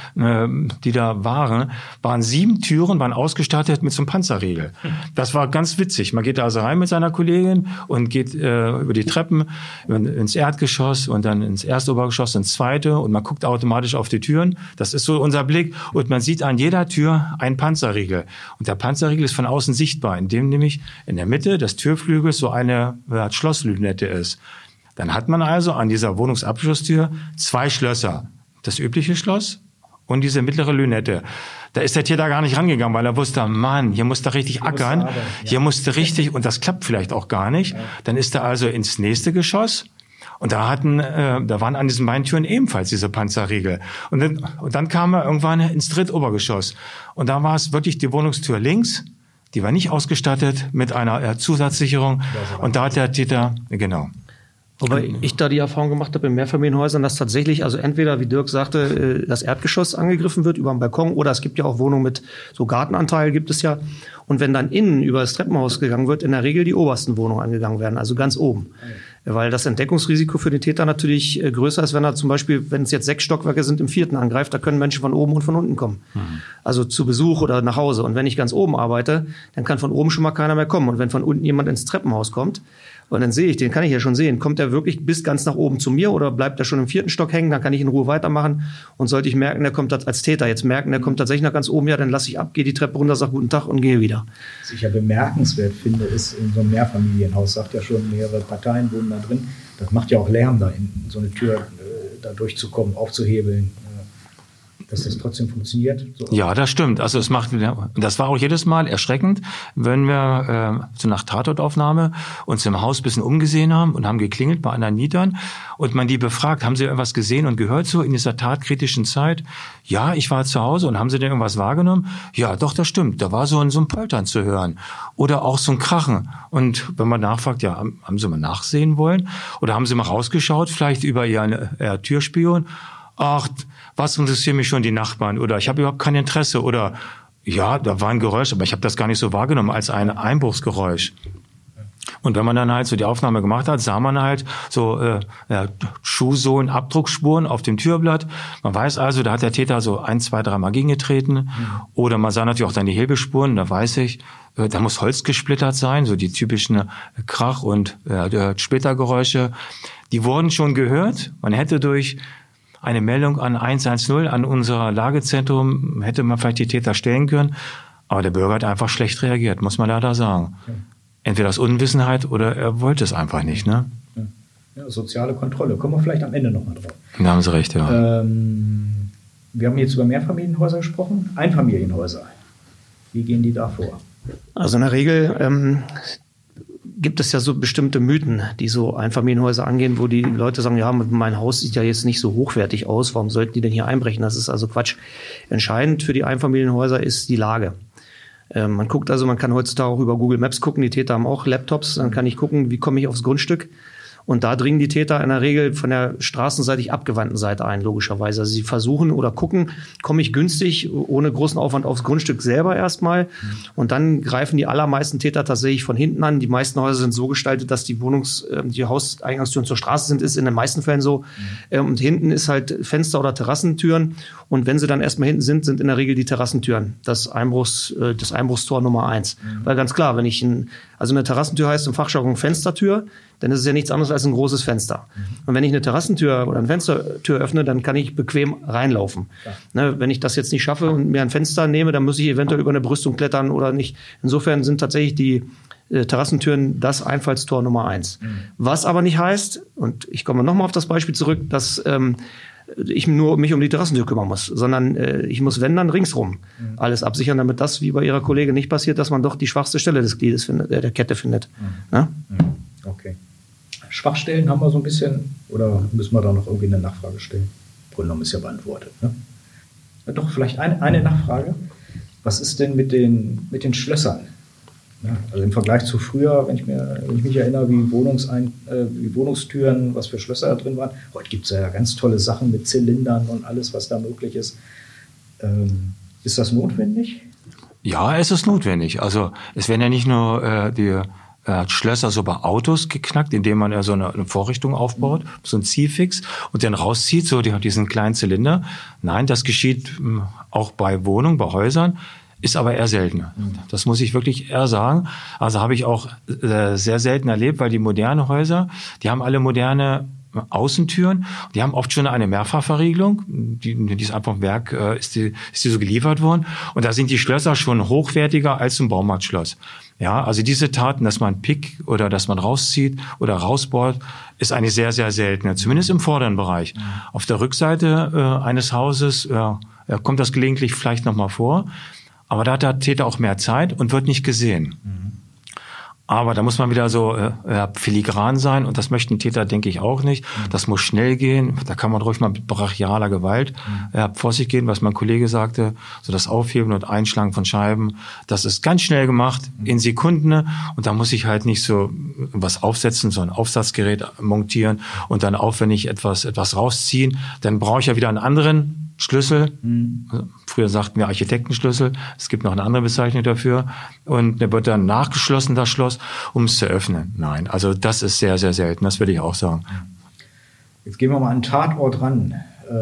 waren 7 Türen, waren ausgestattet mit so einem Panzerriegel. Das war ganz witzig. Man geht da also rein mit seiner Kollegin und geht über die Treppen ins Erdgeschoss und dann ins 1. Obergeschoss, ins 2. und man guckt automatisch auf die Türen. Das ist so unser Blick und man sieht an jeder Tür einen Panzerriegel. Und der Panzerriegel ist von außen sichtbar, indem nämlich in der Mitte des Türflügels so eine Schlosslünette ist. Dann hat man also an dieser Wohnungsabschlusstür 2 Schlösser. Das übliche Schloss und diese mittlere Lünette. Da ist der Täter gar nicht rangegangen, weil er wusste, Mann, hier muss er richtig ackern. Hier musste richtig, und das klappt vielleicht auch gar nicht. Dann ist er also ins nächste Geschoss. Und da waren an diesen beiden Türen ebenfalls diese Panzerriegel. Und dann kam er irgendwann ins 3. Obergeschoss. Und da war es wirklich die Wohnungstür links. Die war nicht ausgestattet mit einer Zusatzsicherung. Und da hat der Täter, genau. Wobei ich da die Erfahrung gemacht habe in Mehrfamilienhäusern, dass tatsächlich, also entweder, wie Dirk sagte, das Erdgeschoss angegriffen wird über den Balkon oder es gibt ja auch Wohnungen mit so Gartenanteil, gibt es ja. Und wenn dann innen über das Treppenhaus gegangen wird, in der Regel die obersten Wohnungen angegangen werden, also ganz oben. Weil das Entdeckungsrisiko für den Täter natürlich größer ist, wenn er zum Beispiel, wenn es jetzt 6 Stockwerke sind, im 4. angreift, da können Menschen von oben und von unten kommen. Also zu Besuch oder nach Hause. Und wenn ich ganz oben arbeite, dann kann von oben schon mal keiner mehr kommen. Und wenn von unten jemand ins Treppenhaus kommt, und dann sehe ich, den kann ich ja schon sehen, kommt er wirklich bis ganz nach oben zu mir oder bleibt er schon im 4. Stock hängen, dann kann ich in Ruhe weitermachen. Und sollte ich merken, der kommt als Täter jetzt merken, der kommt tatsächlich nach ganz oben, ja, dann lasse ich ab, gehe die Treppe runter, sage guten Tag und gehe wieder. Was ich ja bemerkenswert finde, ist in so einem Mehrfamilienhaus, sagt ja schon, mehrere Parteien wohnen da drin, das macht ja auch Lärm, da in so eine Tür da durchzukommen, aufzuhebeln. Dass das trotzdem funktioniert? So. Ja, das stimmt. Also das war auch jedes Mal erschreckend, wenn wir so nach Tatortaufnahme uns im Haus ein bisschen umgesehen haben und haben geklingelt bei anderen Mietern und man die befragt, haben sie irgendwas gesehen und gehört so in dieser tatkritischen Zeit? Ja, ich war zu Hause und haben sie denn irgendwas wahrgenommen? Ja, doch, das stimmt. Da war so ein Poltern zu hören oder auch so ein Krachen. Und wenn man nachfragt, ja, haben sie mal nachsehen wollen oder haben sie mal rausgeschaut, vielleicht über ihren Türspion? Ach, was interessieren mich schon die Nachbarn? Oder ich habe überhaupt kein Interesse. Oder ja, da war ein Geräusch, aber ich habe das gar nicht so wahrgenommen als ein Einbruchsgeräusch. Und wenn man dann halt so die Aufnahme gemacht hat, sah man halt so Schuhsohlen, Abdruckspuren auf dem Türblatt. Man weiß also, da hat der Täter so 1, 2, 3 Mal gegengetreten. Oder man sah natürlich auch dann die Hebelspuren, da weiß ich, da muss Holz gesplittert sein, so die typischen Krach- und Splittergeräusche. Die wurden schon gehört. Man hätte durch eine Meldung an 110, an unser Lagezentrum, hätte man vielleicht die Täter stellen können. Aber der Bürger hat einfach schlecht reagiert, muss man leider sagen. Entweder aus Unwissenheit oder er wollte es einfach nicht. Ne? Ja, soziale Kontrolle. Kommen wir vielleicht am Ende nochmal drauf. Da haben Sie recht, ja. Wir haben jetzt über Mehrfamilienhäuser gesprochen. Einfamilienhäuser. Wie gehen die da vor? Also in der Regel gibt es ja so bestimmte Mythen, die so Einfamilienhäuser angehen, wo die Leute sagen, ja, mein Haus sieht ja jetzt nicht so hochwertig aus, warum sollten die denn hier einbrechen? Das ist also Quatsch. Entscheidend für die Einfamilienhäuser ist die Lage. Man guckt also, man kann heutzutage auch über Google Maps gucken, die Täter haben auch Laptops, dann kann ich gucken, wie komme ich aufs Grundstück. Und da dringen die Täter in der Regel von der straßenseitig abgewandten Seite ein, logischerweise. Also sie versuchen oder gucken, komme ich günstig, ohne großen Aufwand aufs Grundstück selber erstmal. Und dann greifen die allermeisten Täter tatsächlich von hinten an. Die meisten Häuser sind so gestaltet, dass die die Hauseingangstüren zur Straße sind, ist in den meisten Fällen so. Und hinten ist halt Fenster- oder Terrassentüren. Und wenn sie dann erstmal hinten sind in der Regel die Terrassentüren das Einbruchstor Nummer 1. Weil ganz klar, wenn ich eine Terrassentür heißt im Fachjargon Fenstertür, dann ist es ja nichts anderes als ein großes Fenster. Und wenn ich eine Terrassentür oder eine Fenstertür öffne, dann kann ich bequem reinlaufen. Ne, wenn ich das jetzt nicht schaffe und mir ein Fenster nehme, dann muss ich eventuell über eine Brüstung klettern oder nicht. Insofern sind tatsächlich die Terrassentüren das Einfallstor Nummer 1. Was aber nicht heißt, und ich komme nochmal auf das Beispiel zurück, dass ich nur mich um die Terrassentür kümmern muss, sondern ich muss, wenn, dann ringsrum alles absichern, damit das, wie bei Ihrer Kollegin, nicht passiert, dass man doch die schwachste Stelle des Gliedes der Kette findet. Ja? Okay. Schwachstellen haben wir so ein bisschen, oder müssen wir da noch irgendwie eine Nachfrage stellen? Grunde ist ja beantwortet. Ne? Ja, doch, vielleicht eine Nachfrage. Was ist denn mit den Schlössern? Ja, also im Vergleich zu früher, wenn ich mich erinnere, wie Wohnungstüren, was für Schlösser da drin waren. Heute gibt es ja ganz tolle Sachen mit Zylindern und alles, was da möglich ist. Ist das notwendig? Ja, es ist notwendig. Also es werden ja nicht nur die Schlösser so bei Autos geknackt, indem man ja so eine Vorrichtung aufbaut, so ein Zielfix und dann rauszieht, so diesen kleinen Zylinder. Nein, das geschieht auch bei Wohnungen, bei Häusern, ist aber eher seltener. Das muss ich wirklich eher sagen. Also habe ich auch sehr selten erlebt, weil die modernen Häuser, die haben alle moderne Außentüren, die haben oft schon eine Mehrfachverriegelung, die ist einfach im Werk, ist die so geliefert worden. Und da sind die Schlösser schon hochwertiger als ein Baumarktschloss. Ja, also diese Taten, dass man pickt oder dass man rauszieht oder rausbohrt, ist eigentlich sehr, sehr selten, zumindest im vorderen Bereich. Auf der Rückseite eines Hauses kommt das gelegentlich vielleicht nochmal vor, aber da hat der Täter auch mehr Zeit und wird nicht gesehen. Aber da muss man wieder so filigran sein und das möchten Täter, denke ich, auch nicht. Das muss schnell gehen. Da kann man ruhig mal mit brachialer Gewalt vor sich gehen, was mein Kollege sagte. So das Aufheben und Einschlagen von Scheiben, das ist ganz schnell gemacht, in Sekunden. Und da muss ich halt nicht so was aufsetzen, so ein Aufsatzgerät montieren und dann aufwendig etwas rausziehen. Dann brauche ich ja wieder einen anderen Schlüssel. Früher sagten wir Architektenschlüssel. Es gibt noch eine andere Bezeichnung dafür. Und der wird dann nachgeschlossen, das Schloss, um es zu öffnen. Nein, also das ist sehr, sehr selten. Das würde ich auch sagen. Jetzt gehen wir mal an den Tatort ran.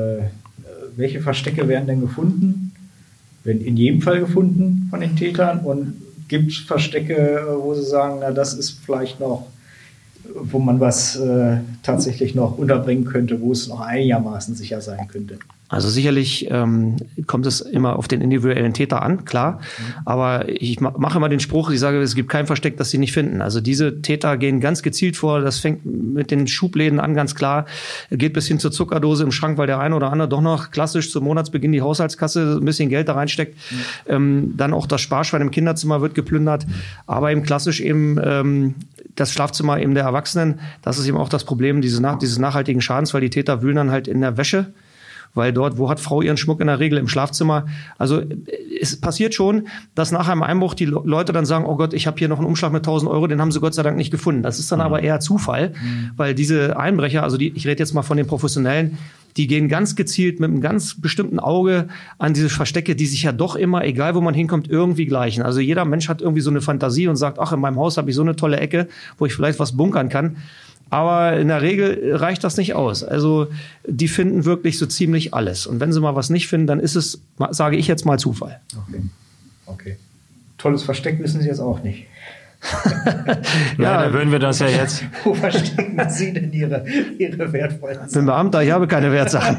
Welche Verstecke werden denn gefunden? Werden in jedem Fall gefunden von den Tätern? Und gibt es Verstecke, wo Sie sagen, na, das ist vielleicht noch, wo man was tatsächlich noch unterbringen könnte, wo es noch einigermaßen sicher sein könnte? Also sicherlich kommt es immer auf den individuellen Täter an, klar. Aber ich mache immer den Spruch, ich sage, es gibt kein Versteck, das sie nicht finden. Also diese Täter gehen ganz gezielt vor. Das fängt mit den Schubläden an, ganz klar. Geht bis hin zur Zuckerdose im Schrank, weil der eine oder andere doch noch klassisch zum Monatsbeginn die Haushaltskasse ein bisschen Geld da reinsteckt. Dann auch das Sparschwein im Kinderzimmer wird geplündert. Aber eben klassisch eben das Schlafzimmer eben der Erwachsenen. Das ist eben auch das Problem dieses nachhaltigen Schadens, weil die Täter wühlen dann halt in der Wäsche. Weil dort, wo hat Frau ihren Schmuck in der Regel? Im Schlafzimmer. Also es passiert schon, dass nach einem Einbruch die Leute dann sagen, oh Gott, ich habe hier noch einen Umschlag mit 1.000 Euro, den haben sie Gott sei Dank nicht gefunden. Das ist dann aber eher Zufall, weil diese Einbrecher, also ich rede jetzt mal von den Professionellen, die gehen ganz gezielt mit einem ganz bestimmten Auge an diese Verstecke, die sich ja doch immer, egal wo man hinkommt, irgendwie gleichen. Also jeder Mensch hat irgendwie so eine Fantasie und sagt, ach, in meinem Haus habe ich so eine tolle Ecke, wo ich vielleicht was bunkern kann. Aber in der Regel reicht das nicht aus. Also die finden wirklich so ziemlich alles. Und wenn sie mal was nicht finden, dann ist es, sage ich jetzt mal, Zufall. Okay. Tolles Versteck wissen Sie jetzt auch nicht. Ja, dann würden wir das ja jetzt. Wo verstecken Sie denn Ihre wertvollen Sachen? Ich bin Beamter, ich habe keine Wertsachen.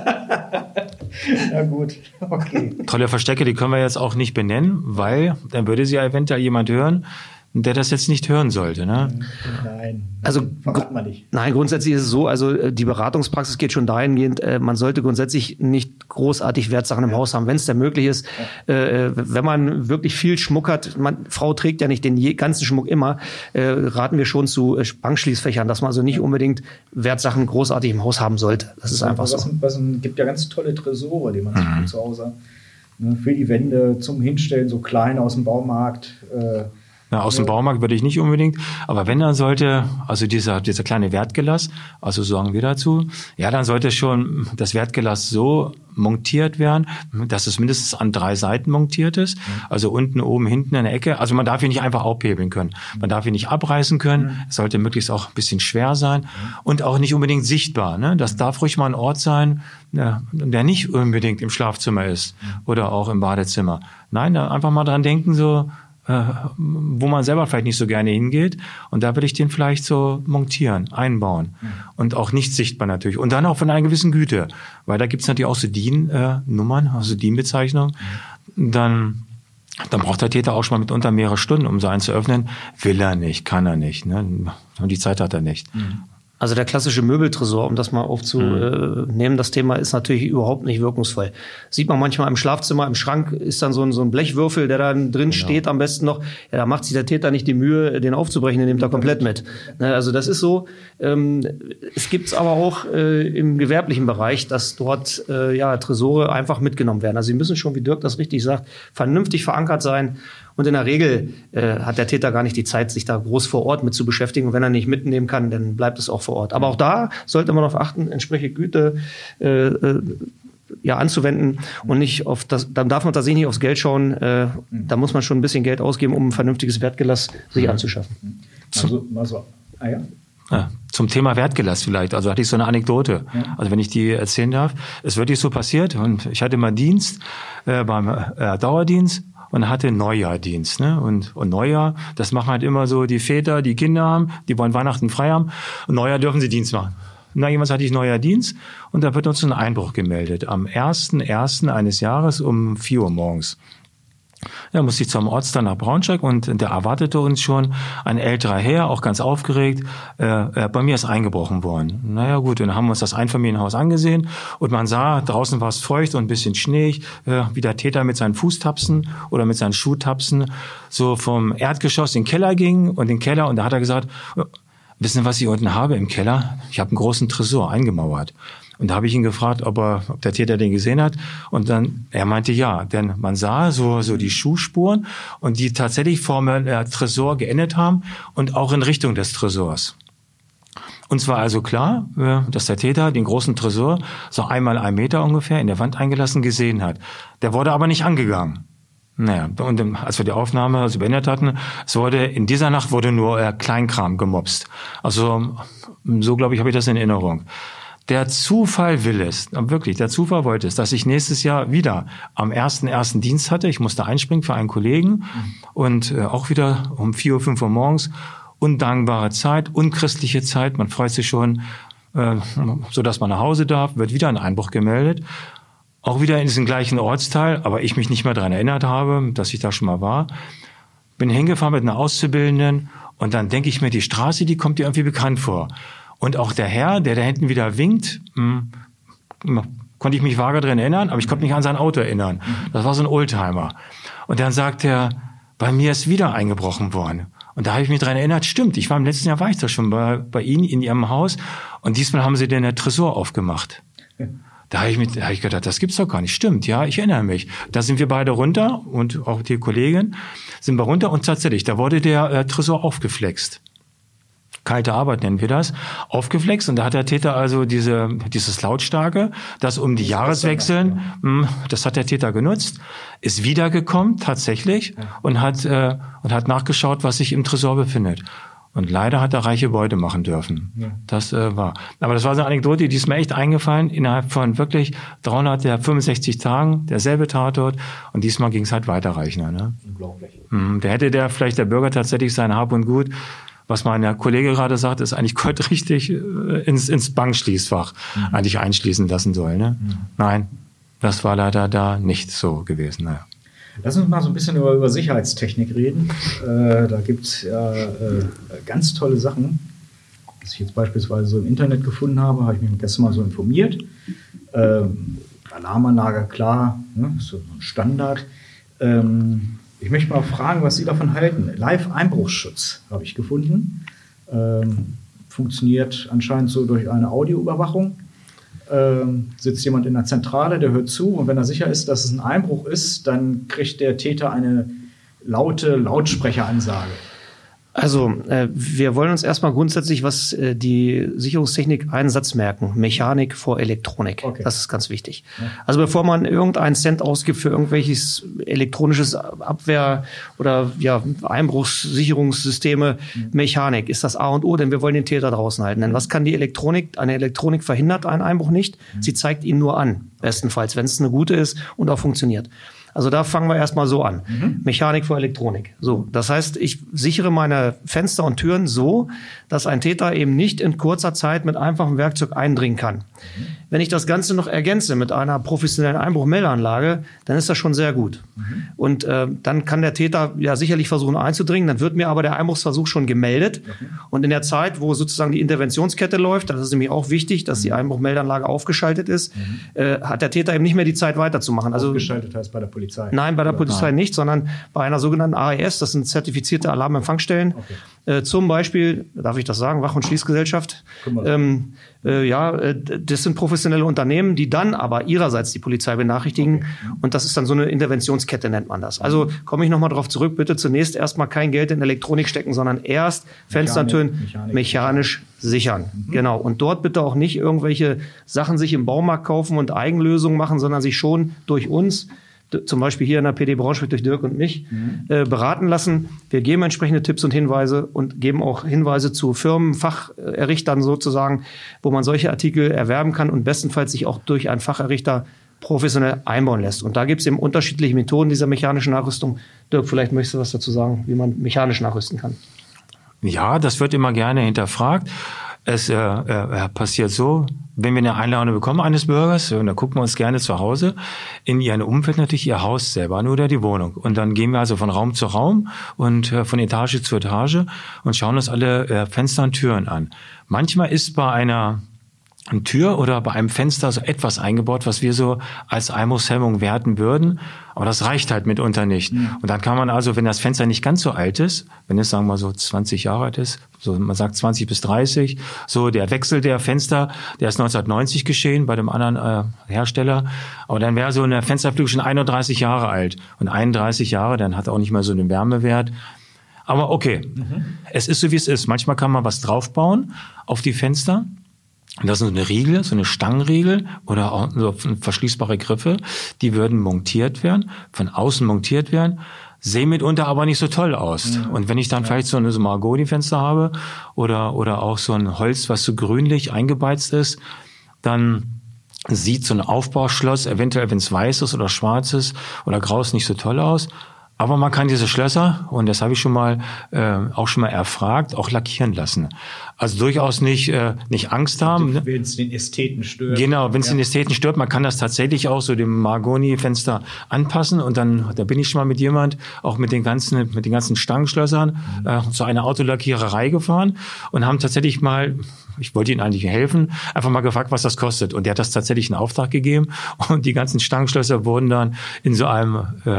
Na gut, okay. Tolle Verstecke, die können wir jetzt auch nicht benennen, weil dann würde sie ja eventuell jemand hören, der das jetzt nicht hören sollte. Ne? Nein, Also verrat man nicht. Nein, grundsätzlich ist es so, also die Beratungspraxis geht schon dahingehend, man sollte grundsätzlich nicht großartig Wertsachen im Haus haben, wenn es denn möglich ist. Wenn man wirklich viel Schmuck hat, Frau trägt ja nicht den ganzen Schmuck immer, raten wir schon zu Bankschließfächern, dass man also nicht unbedingt Wertsachen großartig im Haus haben sollte. Das ist einfach so. Es gibt ja ganz tolle Tresore, die man sich gut zu Hause hat. Ne, für die Wände, zum Hinstellen, so klein aus dem Baumarkt. Na, aus dem Baumarkt würde ich nicht unbedingt, aber wenn, dann sollte, also dieser kleine Wertgelass, also sagen wir dazu, ja, dann sollte schon das Wertgelass so montiert werden, dass es mindestens an 3 Seiten montiert ist, also unten, oben, hinten in der Ecke. Also man darf ihn nicht einfach aufhebeln können. Man darf ihn nicht abreißen können. Es sollte möglichst auch ein bisschen schwer sein und auch nicht unbedingt sichtbar. Ne? Das darf ruhig mal ein Ort sein, der nicht unbedingt im Schlafzimmer ist oder auch im Badezimmer. Nein, da einfach mal dran denken, so, wo man selber vielleicht nicht so gerne hingeht. Und da will ich den vielleicht so montieren, einbauen. Und auch nicht sichtbar natürlich. Und dann auch von einer gewissen Güte. Weil da gibt's natürlich auch so DIN-Nummern, also DIN-Bezeichnungen. Dann braucht der Täter auch schon mal mitunter mehrere Stunden, um so einen zu öffnen. Will er nicht, kann er nicht. Ne? Und die Zeit hat er nicht. Also der klassische Möbeltresor, um das mal aufzunehmen, das Thema ist natürlich überhaupt nicht wirkungsvoll. Sieht man manchmal im Schlafzimmer, im Schrank ist dann so ein Blechwürfel, der da drin steht am besten noch. Ja, da macht sich der Täter nicht die Mühe, den aufzubrechen, den nimmt er komplett mit. Also das ist so. Es gibt's aber auch im gewerblichen Bereich, dass dort Tresore einfach mitgenommen werden. Also sie müssen schon, wie Dirk das richtig sagt, vernünftig verankert sein. Und in der Regel hat der Täter gar nicht die Zeit, sich da groß vor Ort mit zu beschäftigen. Und wenn er nicht mitnehmen kann, dann bleibt es auch vor Ort. Aber auch da sollte man darauf achten, entsprechende Güte anzuwenden und nicht auf das. Dann darf man tatsächlich nicht aufs Geld schauen. Da muss man schon ein bisschen Geld ausgeben, um ein vernünftiges Wertgelass sich anzuschaffen. Zum Thema Wertgelass vielleicht. Also hatte ich so eine Anekdote. Ja. Also wenn ich die erzählen darf. Es wird nicht so passiert. Und ich hatte mal Dienst beim Dauerdienst. Und hatte Neujahrdienst, ne? Und Neujahr, das machen halt immer so die Väter, die Kinder haben, die wollen Weihnachten frei haben. Und Neujahr dürfen sie Dienst machen. Na, jemals hatte ich Neujahrdienst und da wird uns ein Einbruch gemeldet. Am 1.1. eines Jahres um 4 Uhr morgens. Ja, musste ich zum Ortsteil nach Braunschweig und da erwartete uns schon ein älterer Herr, auch ganz aufgeregt. Bei mir ist eingebrochen worden. Naja gut, und dann haben wir uns das Einfamilienhaus angesehen und man sah, draußen war es feucht und ein bisschen schneeig, wie der Täter mit seinen Fußtapsen oder mit seinen Schuhtapsen so vom Erdgeschoss in den Keller ging und da hat er gesagt, wissen Sie, was ich unten habe im Keller? Ich habe einen großen Tresor eingemauert. Und da habe ich ihn gefragt, ob der Täter den gesehen hat. Und dann, er meinte ja, denn man sah so die Schuhspuren und die tatsächlich vor dem Tresor geendet haben und auch in Richtung des Tresors. Uns war also klar, dass der Täter den großen Tresor so einmal 1 Meter ungefähr in der Wand eingelassen gesehen hat. Der wurde aber nicht angegangen. Naja, und als wir die Aufnahme beendet hatten, in dieser Nacht wurde nur Kleinkram gemopst. Also so, glaube ich, habe ich das in Erinnerung. Der Zufall will es, wirklich, der Zufall wollte es, dass ich nächstes Jahr wieder am 1.1. Dienst hatte. Ich musste einspringen für einen Kollegen und auch wieder um 4 Uhr, 5 Uhr morgens. Undankbare Zeit, unchristliche Zeit. Man freut sich schon, so dass man nach Hause darf, wird wieder ein Einbruch gemeldet. Auch wieder in diesem gleichen Ortsteil, aber ich mich nicht mehr daran erinnert habe, dass ich da schon mal war. Bin hingefahren mit einer Auszubildenden und dann denke ich mir, die Straße, die kommt dir irgendwie bekannt vor. Und auch der Herr, der da hinten wieder winkt, konnte ich mich vage dran erinnern, aber ich konnte mich an sein Auto erinnern. Das war so ein Oldtimer. Und dann sagt er, bei mir ist wieder eingebrochen worden. Und da habe ich mich dran erinnert, stimmt, im letzten Jahr war ich da schon bei Ihnen in Ihrem Haus und diesmal haben Sie den Tresor aufgemacht. Ja. Da habe ich gedacht, das gibt's doch gar nicht. Stimmt, ja, ich erinnere mich. Da sind wir beide runter und auch die Kollegin sind wir runter und tatsächlich, da wurde der Tresor aufgeflext. Kalte Arbeit nennen wir das, aufgeflext. Und da hat der Täter also dieses Lautstarke, das um die Jahreswechseln, das hat der Täter genutzt, ist wiedergekommen tatsächlich und hat nachgeschaut, was sich im Tresor befindet. Und leider hat er reiche Beute machen dürfen. Ja. Das war. Aber das war so eine Anekdote, die ist mir echt eingefallen. Innerhalb von wirklich 365 Tagen derselbe Tatort. Und diesmal ging es halt weiter Reichner. Ne? Unglaublich. Da hätte der Bürger tatsächlich sein Hab und Gut, was mein Kollege gerade sagt, ist eigentlich goldrichtig ins Bankschließfach eigentlich einschließen lassen soll. Ne? Nein, das war leider da nicht so gewesen. Naja. Lass uns mal so ein bisschen über Sicherheitstechnik reden. Da gibt es ja ganz tolle Sachen. Was ich jetzt beispielsweise so im Internet gefunden habe ich mich gestern mal so informiert. Alarmanlage, klar, ne, so ein Standard. Ich möchte mal fragen, was Sie davon halten. Live-Einbruchsschutz habe ich gefunden. Funktioniert anscheinend so durch eine Audioüberwachung. Sitzt jemand in der Zentrale, der hört zu und wenn er sicher ist, dass es ein Einbruch ist, dann kriegt der Täter eine laute Lautsprecheransage. Also, wir wollen uns erstmal grundsätzlich, was die Sicherungstechnik einen Satz merken. Mechanik vor Elektronik. Okay. Das ist ganz wichtig. Ja. Also, bevor man irgendeinen Cent ausgibt für irgendwelches elektronisches Abwehr- oder Einbruchssicherungssysteme, Mechanik ist das A und O, denn wir wollen den Täter draußen halten. Denn was kann die Elektronik? Eine Elektronik verhindert einen Einbruch nicht. Sie zeigt ihn nur an, bestenfalls, wenn es eine gute ist und auch funktioniert. Also da fangen wir erstmal so an. Mechanik vor Elektronik. So, das heißt, ich sichere meine Fenster und Türen so, dass ein Täter eben nicht in kurzer Zeit mit einfachem Werkzeug eindringen kann. Wenn ich das Ganze noch ergänze mit einer professionellen Einbruchmeldeanlage, dann ist das schon sehr gut. Und dann kann der Täter ja sicherlich versuchen einzudringen, dann wird mir aber der Einbruchsversuch schon gemeldet. Und in der Zeit, wo sozusagen die Interventionskette läuft, das ist nämlich auch wichtig, dass die Einbruchmeldeanlage aufgeschaltet ist, hat der Täter eben nicht mehr die Zeit weiterzumachen. Also aufgeschaltet heißt bei der Polizei? Nein, bei der Polizei nicht, sondern bei einer sogenannten AES, das sind zertifizierte Alarmempfangsstellen. Okay. Zum Beispiel, darf ich das sagen, Wach- und Schließgesellschaft. Das sind professionelle Unternehmen, die dann aber ihrerseits die Polizei benachrichtigen. Okay. Und das ist dann so eine Interventionskette, nennt man das. Also komme ich nochmal drauf zurück, bitte zunächst erstmal kein Geld in Elektronik stecken, sondern erst Fenstertüren mechanisch sichern. Genau. Und dort bitte auch nicht irgendwelche Sachen sich im Baumarkt kaufen und Eigenlösungen machen, sondern sich schon durch uns, zum Beispiel hier in der PD Braunschweig durch Dirk und mich, beraten lassen. Wir geben entsprechende Tipps und Hinweise und geben auch Hinweise zu Firmen, Facherrichtern sozusagen, wo man solche Artikel erwerben kann und bestenfalls sich auch durch einen Facherrichter professionell einbauen lässt. Und da gibt es eben unterschiedliche Methoden dieser mechanischen Nachrüstung. Dirk, vielleicht möchtest du was dazu sagen, wie man mechanisch nachrüsten kann. Ja, das wird immer gerne hinterfragt. Es passiert so, wenn wir eine Einladung bekommen eines Bürgers, und da gucken wir uns gerne zu Hause in ihrem Umfeld natürlich ihr Haus selber an oder die Wohnung. Und dann gehen wir also von Raum zu Raum und von Etage zu Etage und schauen uns alle Fenster und Türen an. Manchmal ist bei einer Tür oder bei einem Fenster so etwas eingebaut, was wir so als Einbruchshemmung werten würden. Aber das reicht halt mitunter nicht. Ja. Und dann kann man also, wenn das Fenster nicht ganz so alt ist, wenn es, sagen wir mal, so 20 Jahre alt ist, so man sagt 20 bis 30, so der Wechsel der Fenster, der ist 1990 geschehen bei dem anderen Hersteller. Aber dann wäre so eine Fensterflügel schon 31 Jahre alt. Und 31 Jahre, dann hat er auch nicht mehr so einen Wärmewert. Aber okay, es ist so, wie es ist. Manchmal kann man was draufbauen auf die Fenster. Das ist so eine Riegel, so eine Stangenriegel oder auch so verschließbare Griffe, die würden montiert werden, von außen montiert werden, sehen mitunter aber nicht so toll aus. Ja. Und wenn ich dann vielleicht so eine Mahagoni-Fenster habe oder auch so ein Holz, was so grünlich eingebeizt ist, dann sieht so ein Aufbauschloss eventuell, wenn es weiß ist oder schwarz ist oder grau ist, nicht so toll aus. Aber man kann diese Schlösser, und das habe ich schon mal erfragt, auch lackieren lassen. Also durchaus nicht Angst haben. Wenn es den Ästheten stört. Genau, wenn es den Ästheten stört, man kann das tatsächlich auch so dem Mahagoni-Fenster anpassen. Und da bin ich schon mal mit jemand, auch mit den ganzen Stangenschlössern, zu einer Autolackiererei gefahren und haben tatsächlich mal, ich wollte ihnen eigentlich helfen, einfach mal gefragt, was das kostet. Und der hat das tatsächlich in Auftrag gegeben. Und die ganzen Stangenschlösser wurden dann in so einem,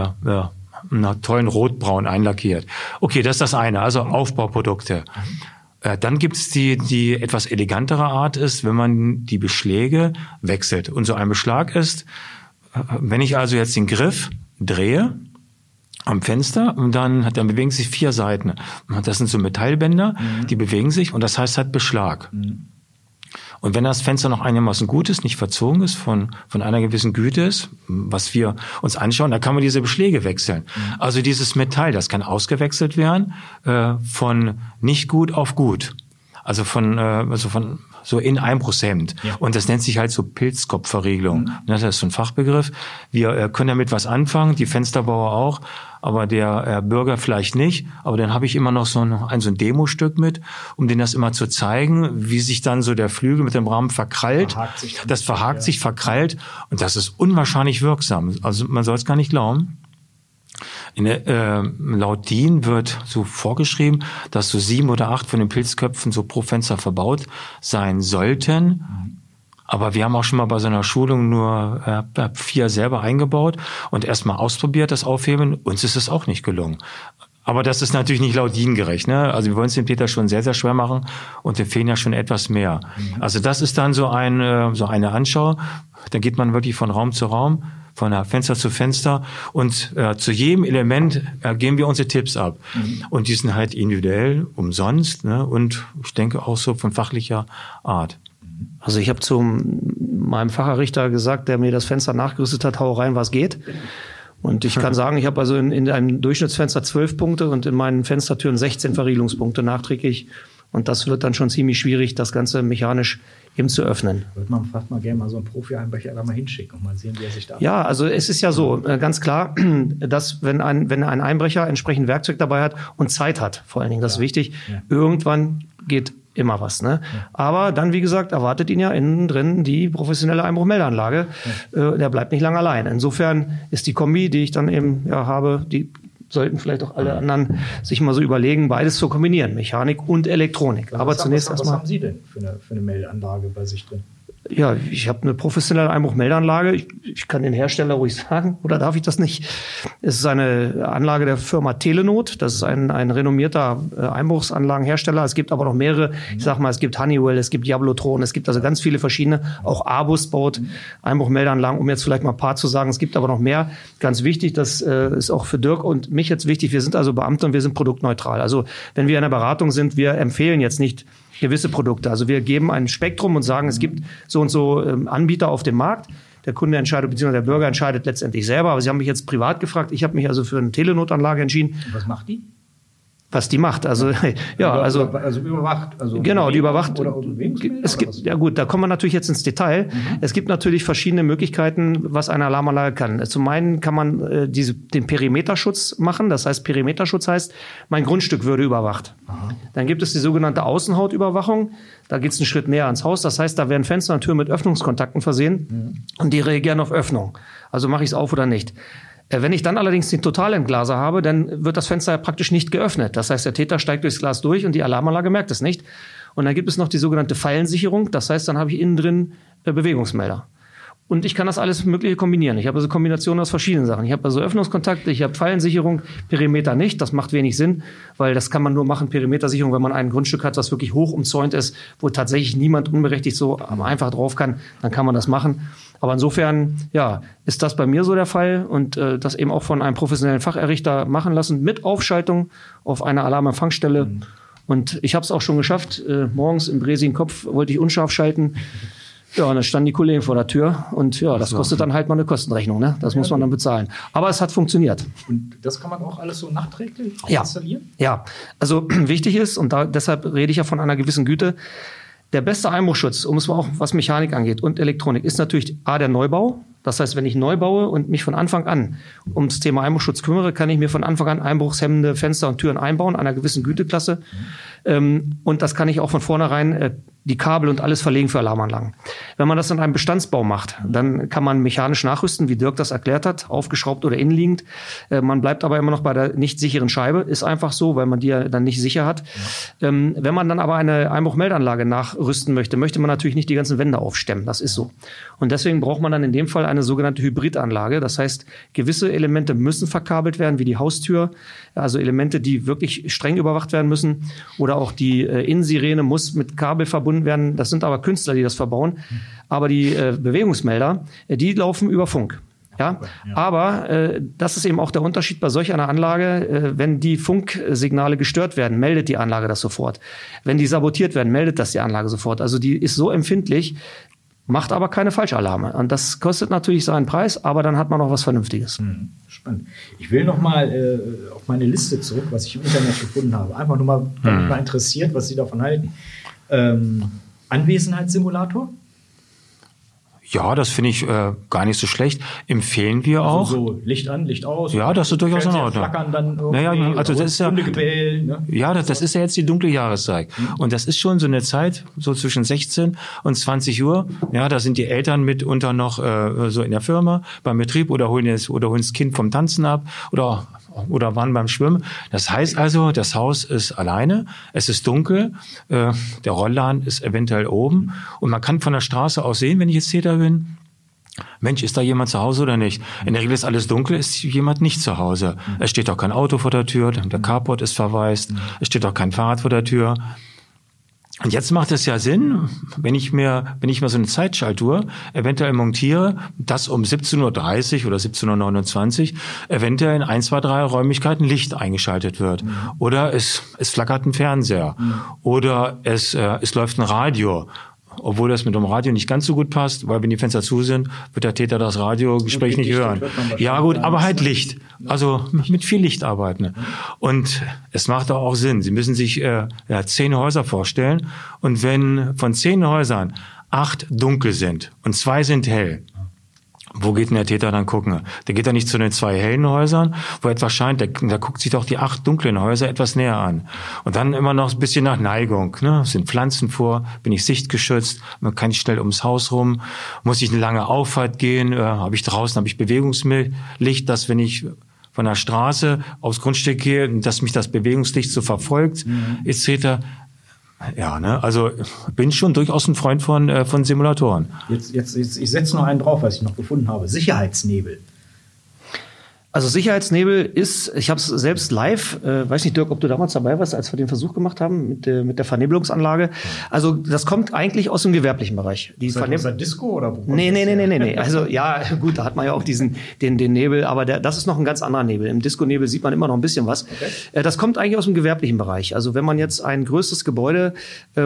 einer tollen Rotbraun einlackiert. Okay, das ist das eine, also Aufbauprodukte. Dann gibt's die etwas elegantere Art ist, wenn man die Beschläge wechselt. Und so ein Beschlag ist, wenn ich also jetzt den Griff drehe am Fenster und dann bewegen sich 4 Seiten. Das sind so Metallbänder, die bewegen sich und das heißt halt Beschlag. Und wenn das Fenster noch einigermaßen gut ist, nicht verzogen ist, von einer gewissen Güte ist, was wir uns anschauen, dann kann man diese Beschläge wechseln. Also dieses Metall, das kann ausgewechselt werden von nicht gut auf gut. Also von so in einbruchshemmend. Ja. Und das nennt sich halt so Pilzkopfverriegelung. Das ist so ein Fachbegriff. Wir können damit was anfangen, die Fensterbauer auch, aber der Bürger vielleicht nicht. Aber dann habe ich immer noch so ein Demostück mit, um denen das immer zu zeigen, wie sich dann so der Flügel mit dem Rahmen verkrallt. Das verhakt sich, verkrallt. Und das ist unwahrscheinlich wirksam. Also man soll es gar nicht glauben. Laut DIN wird so vorgeschrieben, dass so 7 oder 8 von den Pilzköpfen so pro Fenster verbaut sein sollten. Aber wir haben auch schon mal bei so einer Schulung nur 4 selber eingebaut und erstmal ausprobiert, das Aufheben. Uns ist es auch nicht gelungen. Aber das ist natürlich nicht laut DIN gerecht, ne? Also wir wollen es dem Peter schon sehr, sehr schwer machen und dem fehlen ja schon etwas mehr. Also das ist dann so eine Anschau. Da geht man wirklich von Raum zu Raum, von Fenster zu Fenster und zu jedem Element geben wir unsere Tipps ab. Und die sind halt individuell, umsonst, ne? Und ich denke auch so von fachlicher Art. Also ich habe zu meinem Facherrichter gesagt, der mir das Fenster nachgerüstet hat, hau rein, was geht. Und ich kann sagen, ich habe also in einem Durchschnittsfenster 12 Punkte und in meinen Fenstertüren 16 Verriegelungspunkte nachträglich. Und das wird dann schon ziemlich schwierig, das Ganze mechanisch eben zu öffnen. Würde man fast mal gerne mal so einen Profi-Einbrecher da mal hinschicken und mal sehen, wie er sich da... Ja, also es ist ja so, ganz klar, dass wenn ein Einbrecher entsprechend Werkzeug dabei hat und Zeit hat, vor allen Dingen, das ist wichtig, irgendwann geht immer was, ne? Ja. Aber dann, wie gesagt, erwartet ihn ja innen drin die professionelle Einbruchmeldeanlage. Der bleibt nicht lange allein. Insofern ist die Kombi, die ich dann eben habe, die sollten vielleicht auch alle anderen sich mal so überlegen, beides zu kombinieren, Mechanik und Elektronik. Aber zunächst erstmal. Was haben Sie denn für eine Meldeanlage bei sich drin? Ja, ich habe eine professionelle Einbruchmeldeanlage. Ich kann den Hersteller ruhig sagen, oder darf ich das nicht? Es ist eine Anlage der Firma Telenot. Das ist ein renommierter Einbruchsanlagenhersteller. Es gibt aber noch mehrere. Ich sag mal, es gibt Honeywell, es gibt Jablotron, es gibt also ganz viele verschiedene. Auch Abus baut Einbruchmeldeanlagen, um jetzt vielleicht mal ein paar zu sagen. Es gibt aber noch mehr. Ganz wichtig, das ist auch für Dirk und mich jetzt wichtig. Wir sind also Beamte und wir sind produktneutral. Also wenn wir in der Beratung sind, wir empfehlen jetzt nicht gewisse Produkte. Also wir geben ein Spektrum und sagen, es gibt so und so Anbieter auf dem Markt. Der Kunde entscheidet, beziehungsweise der Bürger entscheidet letztendlich selber. Aber Sie haben mich jetzt privat gefragt. Ich habe mich also für eine Telenotanlage entschieden. Und was macht die? Was die macht, also also überwacht, also genau, die überwacht. Oder es gibt, ja gut, da kommen wir natürlich jetzt ins Detail. Es gibt natürlich verschiedene Möglichkeiten, was eine Alarmanlage kann. Zum einen kann man den Perimeterschutz machen. Das heißt, Perimeterschutz heißt, mein Grundstück würde überwacht. Dann gibt es die sogenannte Außenhautüberwachung. Da geht es einen Schritt näher ans Haus. Das heißt, da werden Fenster und Türen mit Öffnungskontakten versehen und die reagieren auf Öffnung. Also mache ich es auf oder nicht. Wenn ich dann allerdings den Totalentglaser habe, dann wird das Fenster praktisch nicht geöffnet. Das heißt, der Täter steigt durchs Glas durch und die Alarmanlage merkt es nicht. Und dann gibt es noch die sogenannte Fallensicherung. Das heißt, dann habe ich innen drin Bewegungsmelder. Und ich kann das alles Mögliche kombinieren. Ich habe also Kombinationen aus verschiedenen Sachen. Ich habe also Öffnungskontakte, ich habe Fallensicherung, Perimeter nicht. Das macht wenig Sinn, weil das kann man nur machen, Perimetersicherung, wenn man ein Grundstück hat, was wirklich hoch umzäunt ist, wo tatsächlich niemand unberechtigt so einfach drauf kann, dann kann man das machen. Aber insofern, ja, ist das bei mir so der Fall und das eben auch von einem professionellen Facherrichter machen lassen mit Aufschaltung auf einer Alarmempfangsstelle. Und ich habe es auch schon geschafft. Morgens im bräsigen Kopf wollte ich unscharf schalten. Ja, und dann standen die Kollegen vor der Tür und ja, das kostet dann halt mal eine Kostenrechnung, ne? Das muss man dann bezahlen. Aber es hat funktioniert. Und das kann man auch alles so nachträglich installieren? Ja, also wichtig ist, und deshalb rede ich ja von einer gewissen Güte, der beste Einbruchschutz, um es mal auch was Mechanik angeht und Elektronik, ist natürlich der Neubau. Das heißt, wenn ich neu baue und mich von Anfang an um das Thema Einbruchschutz kümmere, kann ich mir von Anfang an einbruchshemmende Fenster und Türen einbauen, einer gewissen Güteklasse. Und das kann ich auch von vornherein die Kabel und alles verlegen für Alarmanlagen. Wenn man das in einem Bestandsbau macht, dann kann man mechanisch nachrüsten, wie Dirk das erklärt hat, aufgeschraubt oder innenliegend. Man bleibt aber immer noch bei der nicht sicheren Scheibe. Ist einfach so, weil man die ja dann nicht sicher hat. Ja. Wenn man dann aber eine Einbruchmeldeanlage nachrüsten möchte man natürlich nicht die ganzen Wände aufstemmen. Das ist so. Und deswegen braucht man dann in dem Fall eine sogenannte Hybridanlage. Das heißt, gewisse Elemente müssen verkabelt werden, wie die Haustür. Also Elemente, die wirklich streng überwacht werden müssen. Oder auch die Innensirene muss mit Kabel verbunden werden. Das sind aber Künstler, die das verbauen. Aber die Bewegungsmelder, die laufen über Funk. Ja, aber das ist eben auch der Unterschied bei solch einer Anlage. Wenn die Funksignale gestört werden, meldet die Anlage das sofort. Wenn die sabotiert werden, meldet das die Anlage sofort. Also die ist so empfindlich, macht aber keine Falschalarme. Und das kostet natürlich seinen Preis, aber dann hat man noch was Vernünftiges. Spannend. Ich will noch mal auf meine Liste zurück, was ich im Internet gefunden habe. Einfach nur mal interessiert, was Sie davon halten. Anwesenheitssimulator? Ja, das finde ich gar nicht so schlecht. Empfehlen wir auch. So Licht an, Licht aus. Ja, das ist durchaus in Ordnung. Flackern dann naja, also das ist ja, Hundegebell, ne? Ja, das ist ja jetzt die dunkle Jahreszeit. Und das ist schon so eine Zeit, so zwischen 16 und 20 Uhr. Ja, da sind die Eltern mitunter noch so in der Firma, beim Betrieb oder holen das Kind vom Tanzen ab oder waren beim Schwimmen. Das heißt also, das Haus ist alleine, es ist dunkel, der Rollladen ist eventuell oben und man kann von der Straße aus sehen, wenn ich jetzt Täter bin, Mensch, ist da jemand zu Hause oder nicht? In der Regel ist alles dunkel, ist jemand nicht zu Hause. Es steht auch kein Auto vor der Tür, der Carport ist verwaist, es steht auch kein Fahrrad vor der Tür. Und jetzt macht es ja Sinn, wenn ich mir so eine Zeitschaltuhr eventuell montiere, dass um 17.30 Uhr oder 17.29 Uhr eventuell in 1, 2, 3 Räumlichkeiten Licht eingeschaltet wird. Oder es flackert ein Fernseher. Oder es läuft ein Radio. Obwohl das mit dem Radio nicht ganz so gut passt, weil wenn die Fenster zu sind, wird der Täter das Radiogespräch nicht hören. Ja gut, aber halt Licht. Also mit viel Licht arbeiten. Und es macht auch Sinn. Sie müssen sich 10 Häuser vorstellen. Und wenn von 10 Häusern 8 dunkel sind und 2 sind hell, wo geht denn der Täter dann gucken? Der geht dann nicht zu den 2 hellen Häusern, wo etwas scheint, der guckt sich doch die 8 dunklen Häuser etwas näher an. Und dann immer noch ein bisschen nach Neigung. Ne? Es sind Pflanzen vor, bin ich sichtgeschützt, man kann nicht schnell ums Haus rum, muss ich eine lange Auffahrt gehen, habe ich Bewegungslicht, dass wenn ich von der Straße aufs Grundstück gehe, dass mich das Bewegungslicht so verfolgt, etc. Ja, ne, also bin schon durchaus ein Freund von Simulatoren. Jetzt, ich setze noch einen drauf, was ich noch gefunden habe. Sicherheitsnebel. Also Sicherheitsnebel ist, ich habe es selbst live, weiß nicht, Dirk, ob du damals dabei warst, als wir den Versuch gemacht haben mit der Vernebelungsanlage. Also das kommt eigentlich aus dem gewerblichen Bereich. Die aus der Disco oder wo? Nee. Also ja, gut, da hat man ja auch den Nebel, aber das ist noch ein ganz anderer Nebel. Im Disco-Nebel sieht man immer noch ein bisschen was. Okay. Das kommt eigentlich aus dem gewerblichen Bereich. Also wenn man jetzt ein größeres Gebäude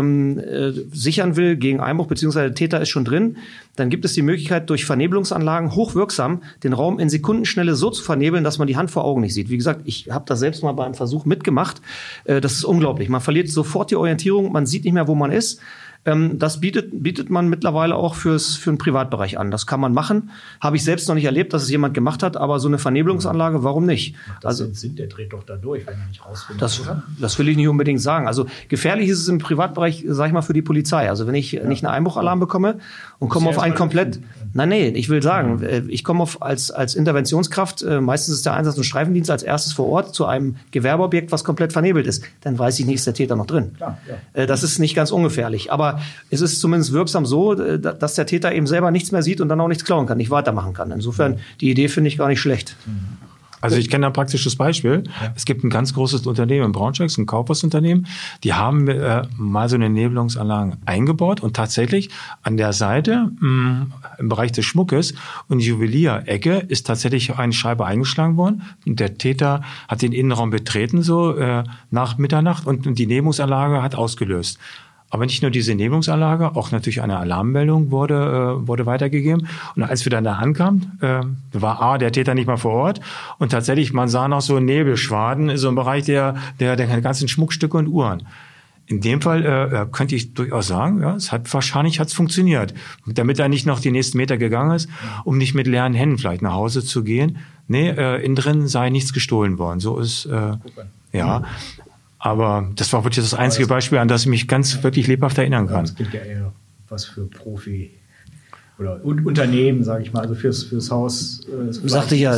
sichern will gegen Einbruch, beziehungsweise der Täter ist schon drin, dann gibt es die Möglichkeit, durch Vernebelungsanlagen hochwirksam den Raum in Sekundenschnelle so zu vernebeln, dass man die Hand vor Augen nicht sieht. Wie gesagt, ich habe das selbst mal bei einem Versuch mitgemacht. Das ist unglaublich. Man verliert sofort die Orientierung, man sieht nicht mehr, wo man ist. Das bietet man mittlerweile auch für den Privatbereich an. Das kann man machen. Habe ich selbst noch nicht erlebt, dass es jemand gemacht hat, aber so eine Vernebelungsanlage, warum nicht? Das der dreht doch da durch, wenn er nicht rausfindet. Das will ich nicht unbedingt sagen. Also gefährlich ist es im Privatbereich, sag ich mal, für die Polizei. Also wenn ich nicht einen Einbruchalarm bekomme und komme auf einen komplett... Nein, ich will sagen, ich komme als Interventionskraft, meistens ist der Einsatz- und Streifendienst als erstes vor Ort zu einem Gewerbeobjekt, was komplett vernebelt ist. Dann weiß ich nicht, ist der Täter noch drin. Klar, ja. Das ist nicht ganz ungefährlich. Aber es ist zumindest wirksam so, dass der Täter eben selber nichts mehr sieht und dann auch nichts klauen kann, nicht weitermachen kann. Insofern, die Idee finde ich gar nicht schlecht. Also ich kenne ein praktisches Beispiel. Ja. Es gibt ein ganz großes Unternehmen in Braunschweig, ein Kaufhausunternehmen, die haben mal so eine Nebelungsanlage eingebaut und tatsächlich an der Seite im Bereich des Schmuckes und Juwelierecke ist tatsächlich eine Scheibe eingeschlagen worden und der Täter hat den Innenraum betreten so nach Mitternacht und die Nebelungsanlage hat ausgelöst. Aber nicht nur diese Nebelungsanlage, auch natürlich eine Alarmmeldung wurde weitergegeben. Und als wir dann da ankamen, war der Täter nicht mal vor Ort. Und tatsächlich, man sah noch so Nebelschwaden, so im Bereich der ganzen Schmuckstücke und Uhren. In dem Fall könnte ich durchaus sagen, ja, wahrscheinlich hat's funktioniert. Damit er nicht noch die nächsten Meter gegangen ist, um nicht mit leeren Händen vielleicht nach Hause zu gehen. Nee, innen drin sei nichts gestohlen worden. So ist, ja. Aber das war wirklich das einzige Beispiel, an das ich mich ganz wirklich lebhaft erinnern kann. Das klingt ja eher was für Profi oder Unternehmen, sage ich mal, also fürs Haus. Sagte ich,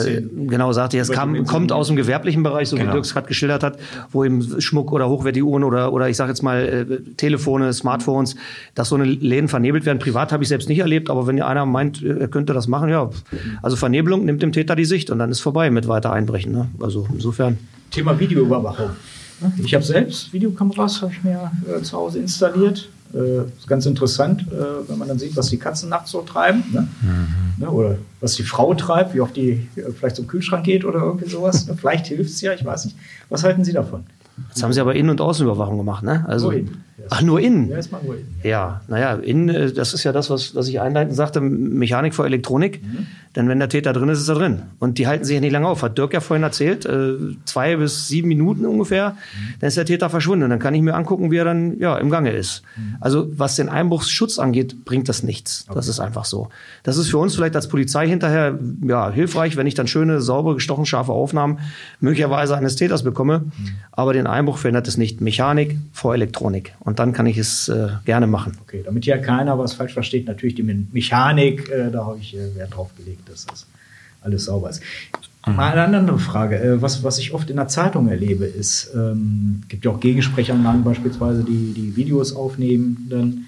es kommt aus dem gewerblichen Bereich, so wie Dirk es gerade geschildert hat, wo eben Schmuck oder hochwertige Uhren oder ich sage jetzt mal Telefone, Smartphones, dass so eine Läden vernebelt werden. Privat habe ich selbst nicht erlebt, aber wenn einer meint, er könnte das machen, ja. Also Vernebelung nimmt dem Täter die Sicht und dann ist vorbei mit weiter Einbrechen. Ne? Also insofern. Thema Videoüberwachung. Ich habe selbst Videokameras habe ich mir zu Hause installiert. Ist ganz interessant, wenn man dann sieht, was die Katzen nachts so treiben. Ne? Ne? Oder was die Frau treibt, wie oft die vielleicht zum Kühlschrank geht oder irgendwie sowas. Ne? Vielleicht hilft es ja, ich weiß nicht. Was halten Sie davon? Jetzt haben Sie aber Innen- und Außenüberwachung gemacht, ne? Also, nur innen. Ach, nur innen? Ja, erstmal nur innen. Ja, naja, innen, das ist ja das, was ich einleitend sagte, Mechanik vor Elektronik. Denn wenn der Täter drin ist, ist er drin. Und die halten sich ja nicht lange auf. Hat Dirk ja vorhin erzählt, 2 bis 7 Minuten ungefähr, dann ist der Täter verschwunden. Und dann kann ich mir angucken, wie er dann im Gange ist. Also was den Einbruchsschutz angeht, bringt das nichts. Okay. Das ist einfach so. Das ist für uns vielleicht als Polizei hinterher hilfreich, wenn ich dann schöne, saubere, gestochen scharfe Aufnahmen möglicherweise eines Täters bekomme. Aber den Einbruch verändert es nicht. Mechanik vor Elektronik. Und dann kann ich es gerne machen. Okay, damit ja keiner was falsch versteht, natürlich die Mechanik, da habe ich Wert drauf gelegt, dass das alles sauber ist. Mal eine andere Frage, was ich oft in der Zeitung erlebe, ist, gibt ja auch Gegensprechanlagen beispielsweise, die Videos aufnehmen,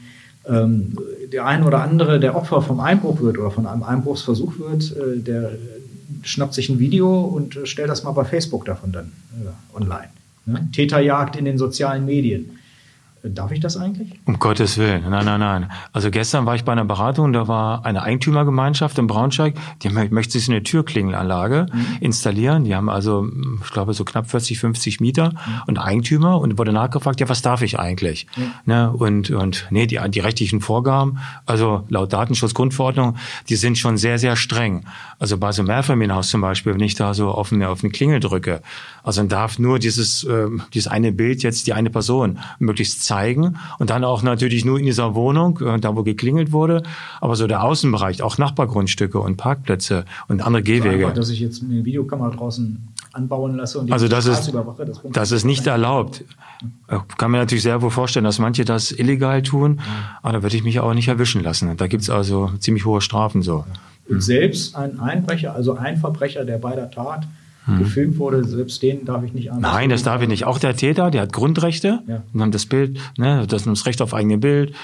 dann der ein oder andere, der Opfer vom Einbruch wird oder von einem Einbruchsversuch wird, der schnappt sich ein Video und stellt das mal bei Facebook davon dann online. Ne? Täterjagd in den sozialen Medien. Darf ich das eigentlich? Um Gottes Willen, nein. Also gestern war ich bei einer Beratung, da war eine Eigentümergemeinschaft in Braunschweig, die möchte sich eine Türklingelanlage installieren. Die haben also, ich glaube, so knapp 40, 50 Mieter und Eigentümer und wurde nachgefragt, ja, was darf ich eigentlich? Ne? Und die rechtlichen Vorgaben, also laut Datenschutzgrundverordnung, die sind schon sehr, sehr streng. Also bei so einem Mehrfamilienhaus zum Beispiel, wenn ich da so auf eine Klingel drücke, also dann darf nur dieses eine Bild jetzt die eine Person möglichst zeigen und dann auch natürlich nur in dieser Wohnung, da wo geklingelt wurde, aber so der Außenbereich, auch Nachbargrundstücke und Parkplätze und andere Gehwege. So einfach, dass ich jetzt eine Videokamera draußen anbauen lasse und die also überwache. Das ist nicht erlaubt. Kann mir natürlich sehr wohl vorstellen, dass manche das illegal tun, aber da würde ich mich auch nicht erwischen lassen. Da gibt es also ziemlich hohe Strafen so. Und selbst ein Einbrecher, also ein Verbrecher, der bei der Tat gefilmt wurde, selbst den darf ich nicht an. Nein, das darf ich nicht. Auch der Täter, der hat Grundrechte, und dann das Bild, das Recht auf eigene Bild,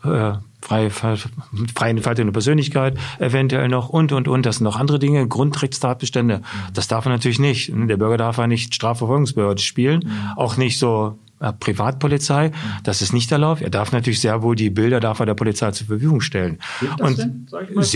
freie Entfaltung der Persönlichkeit, eventuell noch und. Das sind noch andere Dinge, Grundrechtstatbestände. Das darf er natürlich nicht. Der Bürger darf ja nicht Strafverfolgungsbehörde spielen, auch nicht so Privatpolizei, das ist nicht erlaubt. Er darf natürlich sehr wohl die Bilder der Polizei zur Verfügung stellen. Hilft das denn? Sag ich mal,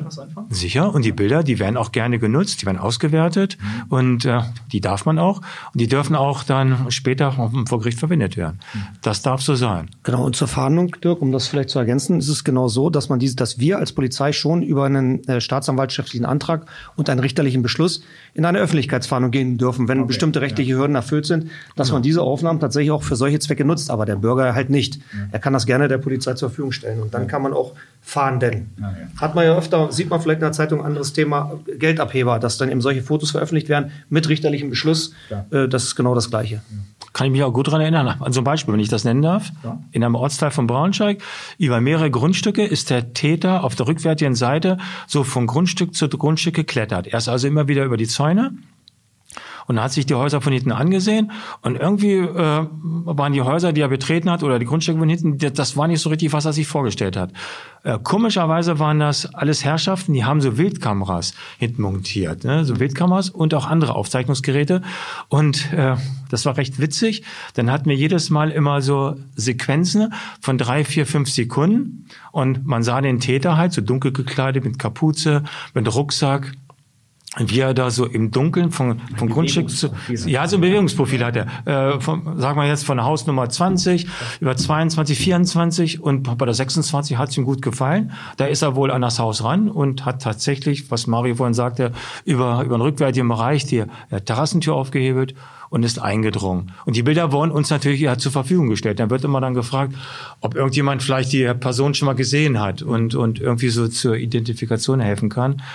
sicher. Und die Bilder, die werden auch gerne genutzt, die werden ausgewertet und die darf man auch. Und die dürfen auch dann später vor Gericht verwendet werden. Das darf so sein. Genau. Und zur Fahndung, Dirk, um das vielleicht zu ergänzen, ist es genau so, dass dass wir als Polizei schon über einen staatsanwaltschaftlichen Antrag und einen richterlichen Beschluss in eine Öffentlichkeitsfahndung gehen dürfen, wenn bestimmte rechtliche Hürden erfüllt sind, dass man diese Aufnahmen tatsächlich auch für solche Zwecke nutzt, aber der Bürger halt nicht. Er kann das gerne der Polizei zur Verfügung stellen und dann kann man auch fahnden. Hat man ja öfter, sieht man vielleicht in der Zeitung, anderes Thema, Geldabheber, dass dann eben solche Fotos veröffentlicht werden mit richterlichem Beschluss. Das ist genau das Gleiche. Kann ich mich auch gut daran erinnern. An so ein Beispiel, wenn ich das nennen darf. In einem Ortsteil von Braunschweig, über mehrere Grundstücke ist der Täter auf der rückwärtigen Seite so von Grundstück zu Grundstück geklettert. Er ist also immer wieder über die Zäune und hat sich die Häuser von hinten angesehen und irgendwie waren die Häuser, die er betreten hat oder die Grundstücke von hinten, das war nicht so richtig, was er sich vorgestellt hat. Komischerweise waren das alles Herrschaften, die haben so Wildkameras hinten montiert, ne? So Wildkameras und auch andere Aufzeichnungsgeräte und das war recht witzig. Dann hatten wir jedes Mal immer so Sequenzen von 3, 4, 5 Sekunden und man sah den Täter halt so dunkel gekleidet mit Kapuze, mit Rucksack. Wie er da so im Dunkeln von Grundstück zu, so ein Bewegungsprofil hat er, sagen wir jetzt von Hausnummer 20 über 22, 24 und bei der 26 hat es ihm gut gefallen. Da ist er wohl an das Haus ran und hat tatsächlich, was Mario vorhin sagte, über den rückwärtigen Bereich die Terrassentür aufgehebelt und ist eingedrungen. Und die Bilder wurden uns natürlich zur Verfügung gestellt. Dann wird immer dann gefragt, ob irgendjemand vielleicht die Person schon mal gesehen hat und irgendwie so zur Identifikation helfen kann.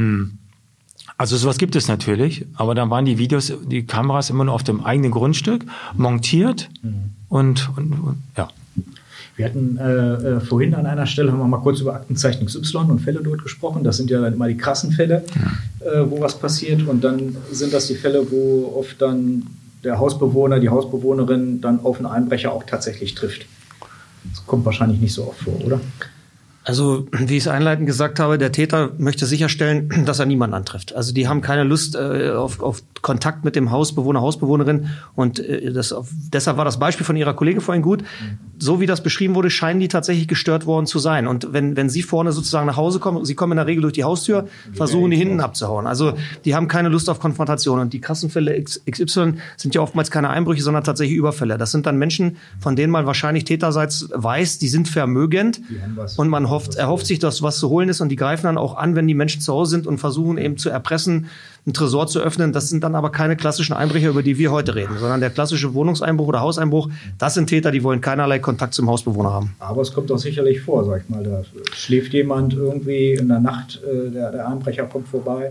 Also sowas gibt es natürlich, aber dann waren die Kameras immer nur auf dem eigenen Grundstück montiert und ja. Wir hatten vorhin an einer Stelle, haben wir mal kurz über Aktenzeichen XY und Fälle dort gesprochen. Das sind ja dann immer die krassen Fälle, wo was passiert. Und dann sind das die Fälle, wo oft dann der Hausbewohner, die Hausbewohnerin dann auf einen Einbrecher auch tatsächlich trifft. Das kommt wahrscheinlich nicht so oft vor, oder? Also, wie ich es einleitend gesagt habe, der Täter möchte sicherstellen, dass er niemanden antrifft. Also die haben keine Lust auf Kontakt mit dem Hausbewohner, Hausbewohnerin. Und deshalb war das Beispiel von Ihrer Kollegin vorhin gut. So wie das beschrieben wurde, scheinen die tatsächlich gestört worden zu sein. Und wenn Sie vorne sozusagen nach Hause kommen, Sie kommen in der Regel durch die Haustür, versuchen die hinten abzuhauen. Also die haben keine Lust auf Konfrontation. Und die Kassenfälle XY sind ja oftmals keine Einbrüche, sondern tatsächlich Überfälle. Das sind dann Menschen, von denen man wahrscheinlich täterseits weiß, die sind vermögend. Und man erhofft sich, dass was zu holen ist, und die greifen dann auch an, wenn die Menschen zu Hause sind, und versuchen eben zu erpressen, einen Tresor zu öffnen. Das sind dann aber keine klassischen Einbrecher, über die wir heute reden, sondern der klassische Wohnungseinbruch oder Hauseinbruch, das sind Täter, die wollen keinerlei Kontakt zum Hausbewohner haben. Aber es kommt doch sicherlich vor, sag ich mal, da schläft jemand irgendwie in der Nacht, der Einbrecher kommt vorbei,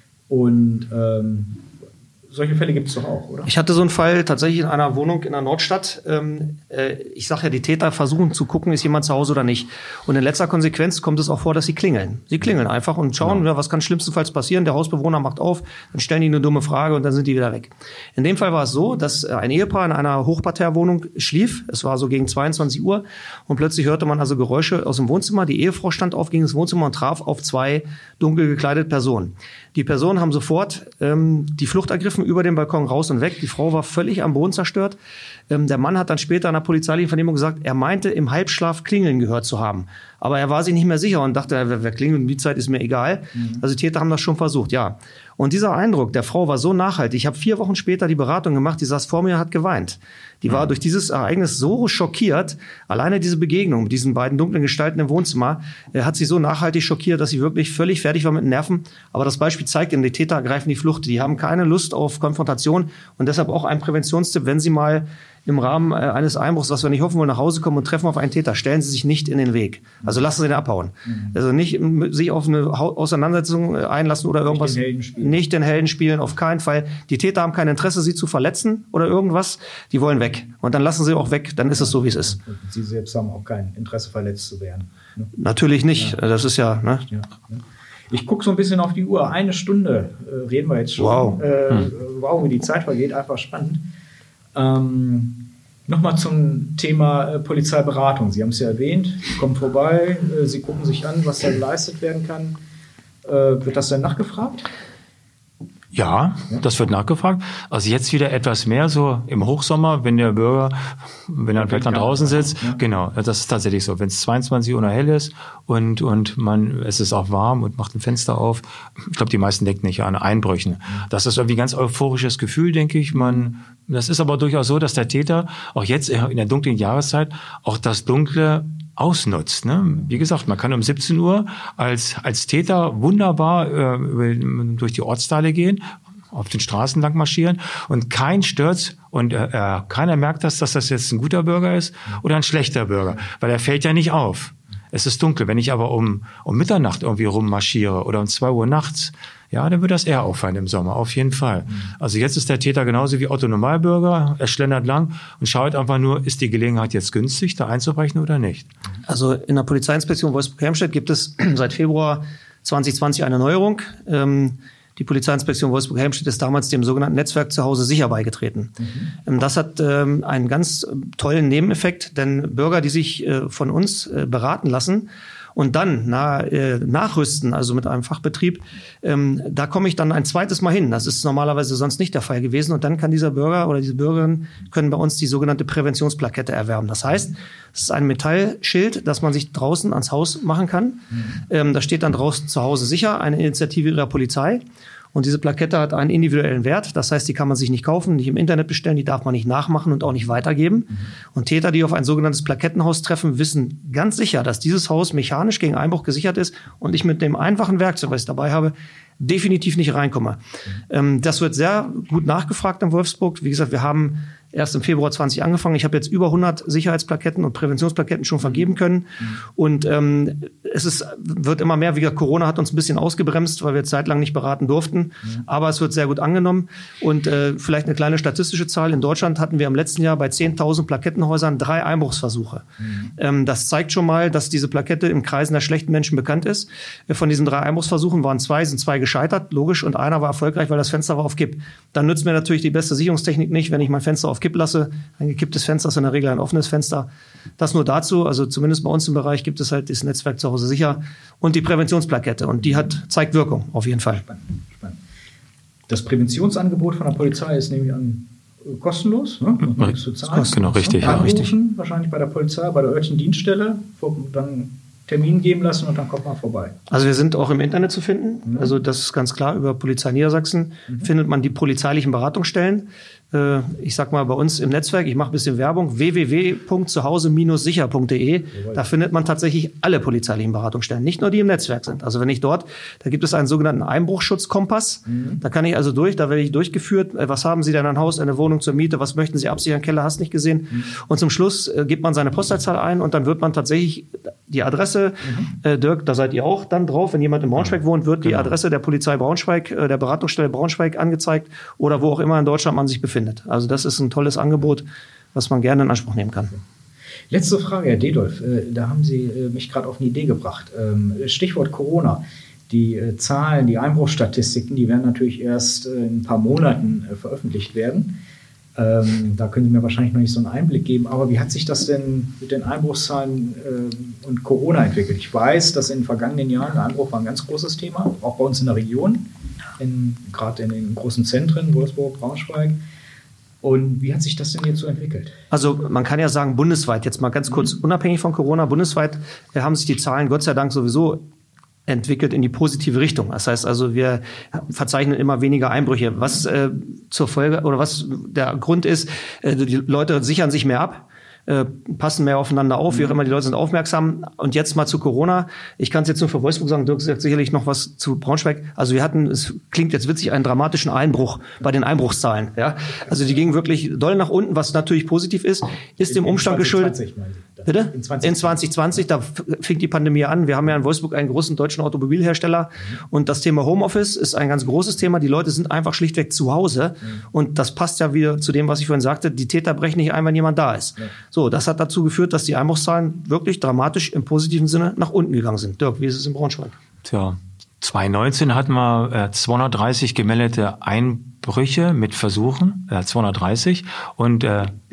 und solche Fälle gibt es doch auch, oder? Ich hatte so einen Fall tatsächlich in einer Wohnung in der Nordstadt. Ich sage ja, die Täter versuchen zu gucken, ist jemand zu Hause oder nicht. Und in letzter Konsequenz kommt es auch vor, dass sie klingeln. Sie klingeln einfach und schauen, was kann schlimmstenfalls passieren. Der Hausbewohner macht auf, dann stellen die eine dumme Frage und dann sind die wieder weg. In dem Fall war es so, dass ein Ehepaar in einer Hochparterrewohnung schlief. Es war so gegen 22 Uhr und plötzlich hörte man also Geräusche aus dem Wohnzimmer. Die Ehefrau stand auf, ging ins Wohnzimmer und traf auf zwei dunkel gekleidete Personen. Die Personen haben sofort die Flucht ergriffen, über den Balkon raus und weg. Die Frau war völlig am Boden zerstört. Der Mann hat dann später in einer polizeilichen Vernehmung gesagt, er meinte, im Halbschlaf Klingeln gehört zu haben. Aber er war sich nicht mehr sicher und dachte, wer klingelt um die Zeit, ist mir egal. Also die Täter haben das schon versucht, ja. Und dieser Eindruck der Frau war so nachhaltig. Ich habe 4 Wochen später die Beratung gemacht, die saß vor mir, hat geweint. Die war durch dieses Ereignis so schockiert. Alleine diese Begegnung mit diesen beiden dunklen Gestalten im Wohnzimmer hat sie so nachhaltig schockiert, dass sie wirklich völlig fertig war mit den Nerven. Aber das Beispiel zeigt eben, die Täter ergreifen die Flucht. Die haben keine Lust auf Konfrontation. Und deshalb auch ein Präventionstipp, wenn Sie mal im Rahmen eines Einbruchs, was wir nicht hoffen wollen, nach Hause kommen und treffen auf einen Täter, stellen Sie sich nicht in den Weg. Also lassen Sie den abhauen. Also nicht sich auf eine Auseinandersetzung einlassen oder irgendwas. Nicht den Helden spielen, auf keinen Fall. Die Täter haben kein Interesse, Sie zu verletzen oder irgendwas. Die wollen weg. Und dann lassen Sie auch weg, dann ist es so, wie es ist. Und Sie selbst haben auch kein Interesse, verletzt zu werden. Ne? Natürlich nicht. Ja. Das ist ja, ne? Ja. Ich gucke so ein bisschen auf die Uhr. 1 Stunde reden wir jetzt schon. Wow. Wow, wie die Zeit vergeht, einfach spannend. Nochmal zum Thema Polizeiberatung. Sie haben es ja erwähnt, Sie kommen vorbei, Sie gucken sich an, was da geleistet werden kann. Wird das denn nachgefragt? Ja, das wird nachgefragt. Also jetzt wieder etwas mehr so im Hochsommer, wenn der Bürger, wenn er vielleicht dann draußen sitzt. Ja. Genau, das ist tatsächlich so. Wenn es 22 Uhr noch hell ist und es ist auch warm und macht ein Fenster auf. Ich glaube, die meisten denken nicht an Einbrüchen. Das ist irgendwie ein ganz euphorisches Gefühl, denke ich. Das ist aber durchaus so, dass der Täter auch jetzt in der dunklen Jahreszeit auch das Dunkle ausnutzt. Ne? Wie gesagt, man kann um 17 Uhr als Täter wunderbar durch die Ortsteile gehen, auf den Straßen lang marschieren und kein stört's und keiner merkt dass das jetzt ein guter Bürger ist oder ein schlechter Bürger, weil er fällt ja nicht auf. Es ist dunkel. Wenn ich aber um Mitternacht irgendwie rummarschiere oder um 2 Uhr nachts, ja, dann wird das eher auffallen im Sommer, auf jeden Fall. Also jetzt ist der Täter genauso wie Otto Normalbürger. Er schlendert lang und schaut einfach nur, ist die Gelegenheit jetzt günstig, da einzubrechen oder nicht? Also in der Polizeiinspektion Wolfsburg-Hermstedt gibt es seit Februar 2020 eine Neuerung. Die Polizeiinspektion Wolfsburg-Hermstedt ist damals dem sogenannten Netzwerk Zuhause sicher beigetreten. Das hat einen ganz tollen Nebeneffekt, denn Bürger, die sich von uns beraten lassen und dann nachrüsten, also mit einem Fachbetrieb, da komme ich dann ein zweites Mal hin. Das ist normalerweise sonst nicht der Fall gewesen. Und dann kann dieser Bürger oder diese Bürgerin können bei uns die sogenannte Präventionsplakette erwerben. Das heißt, es ist ein Metallschild, das man sich draußen ans Haus machen kann. Da steht dann draußen Zuhause sicher, eine Initiative Ihrer Polizei. Und diese Plakette hat einen individuellen Wert. Das heißt, die kann man sich nicht kaufen, nicht im Internet bestellen, die darf man nicht nachmachen und auch nicht weitergeben. Und Täter, die auf ein sogenanntes Plakettenhaus treffen, wissen ganz sicher, dass dieses Haus mechanisch gegen Einbruch gesichert ist und ich mit dem einfachen Werkzeug, was ich dabei habe, definitiv nicht reinkomme. Das wird sehr gut nachgefragt in Wolfsburg. Wie gesagt, wir haben erst im Februar 20 angefangen. Ich habe jetzt über 100 Sicherheitsplaketten und Präventionsplaketten schon vergeben können. Und wird immer mehr. Wie gesagt, Corona hat uns ein bisschen ausgebremst, weil wir zeitlang nicht beraten durften. Aber es wird sehr gut angenommen. Und vielleicht eine kleine statistische Zahl. In Deutschland hatten wir im letzten Jahr bei 10.000 Plakettenhäusern 3 Einbruchsversuche. Das zeigt schon mal, dass diese Plakette im Kreisen der schlechten Menschen bekannt ist. Von diesen 3 Einbruchsversuchen sind 2 gescheitert, logisch. Und einer war erfolgreich, weil das Fenster war auf Kipp. Dann nützt mir natürlich die beste Sicherungstechnik nicht, wenn ich mein Fenster auf Kipp lasse. Ein gekipptes Fenster ist in der Regel ein offenes Fenster. Das nur dazu. Also zumindest bei uns im Bereich gibt es halt das Netzwerk zu Hause sicher und die Präventionsplakette. Und die zeigt Wirkung, auf jeden Fall. Spannend. Das Präventionsangebot von der Polizei ist nämlich kostenlos. Ne? Genau, richtig. Anrufen, wahrscheinlich bei der Polizei, bei der örtlichen Dienststelle, dann Termin geben lassen und dann kommt man vorbei. Also wir sind auch im Internet zu finden. Also das ist ganz klar, über Polizei Niedersachsen findet man die polizeilichen Beratungsstellen. Ich sag mal bei uns im Netzwerk, ich mache ein bisschen Werbung, www.zuhause-sicher.de. Da findet man tatsächlich alle polizeilichen Beratungsstellen, nicht nur die im Netzwerk sind. Also wenn ich da gibt es einen sogenannten Einbruchschutzkompass. Da kann ich also da werde ich durchgeführt. Was haben Sie denn ein Haus, eine Wohnung zur Miete? Was möchten Sie absichern? Keller, hast nicht gesehen? Und zum Schluss gibt man seine Postleitzahl ein und dann wird man tatsächlich die Adresse, Dirk, da seid ihr auch dann drauf. Wenn jemand in Braunschweig wohnt, wird die Adresse der Polizei Braunschweig, der Beratungsstelle Braunschweig angezeigt oder wo auch immer in Deutschland man sich befindet. Also das ist ein tolles Angebot, was man gerne in Anspruch nehmen kann. Letzte Frage, Herr Dedolf. Da haben Sie mich gerade auf eine Idee gebracht. Stichwort Corona. Die Zahlen, die Einbruchsstatistiken, die werden natürlich erst in ein paar Monaten veröffentlicht werden. Da können Sie mir wahrscheinlich noch nicht so einen Einblick geben. Aber wie hat sich das denn mit den Einbruchszahlen und Corona entwickelt? Ich weiß, dass in den vergangenen Jahren der Einbruch war ein ganz großes Thema, auch bei uns in der Region, gerade in den großen Zentren, Wolfsburg, Braunschweig. Und wie hat sich das denn jetzt so entwickelt? Also man kann ja sagen, bundesweit, jetzt mal ganz kurz unabhängig von Corona, bundesweit haben sich die Zahlen Gott sei Dank sowieso entwickelt in die positive Richtung. Das heißt also, wir verzeichnen immer weniger Einbrüche. Was zur Folge oder was der Grund ist, die Leute sichern sich mehr ab. Passen mehr aufeinander auf, wie auch immer, die Leute sind aufmerksam. Und jetzt mal zu Corona. Ich kann es jetzt nur für Wolfsburg sagen, Dirk sagt sicherlich noch was zu Braunschweig. Also wir hatten, es klingt jetzt witzig, einen dramatischen Einbruch bei den Einbruchszahlen. Ja? Also die gingen wirklich doll nach unten, was natürlich positiv ist dem Umstand geschuldet. Bitte? In 2020, da fing die Pandemie an. Wir haben ja in Wolfsburg einen großen deutschen Automobilhersteller. Und das Thema Homeoffice ist ein ganz großes Thema. Die Leute sind einfach schlichtweg zu Hause. Und das passt ja wieder zu dem, was ich vorhin sagte. Die Täter brechen nicht ein, wenn jemand da ist. So, das hat dazu geführt, dass die Einbruchszahlen wirklich dramatisch im positiven Sinne nach unten gegangen sind. Dirk, wie ist es in Braunschweig? Tja, 2019 hatten wir 230 gemeldete Einbrüche mit Versuchen, 230 und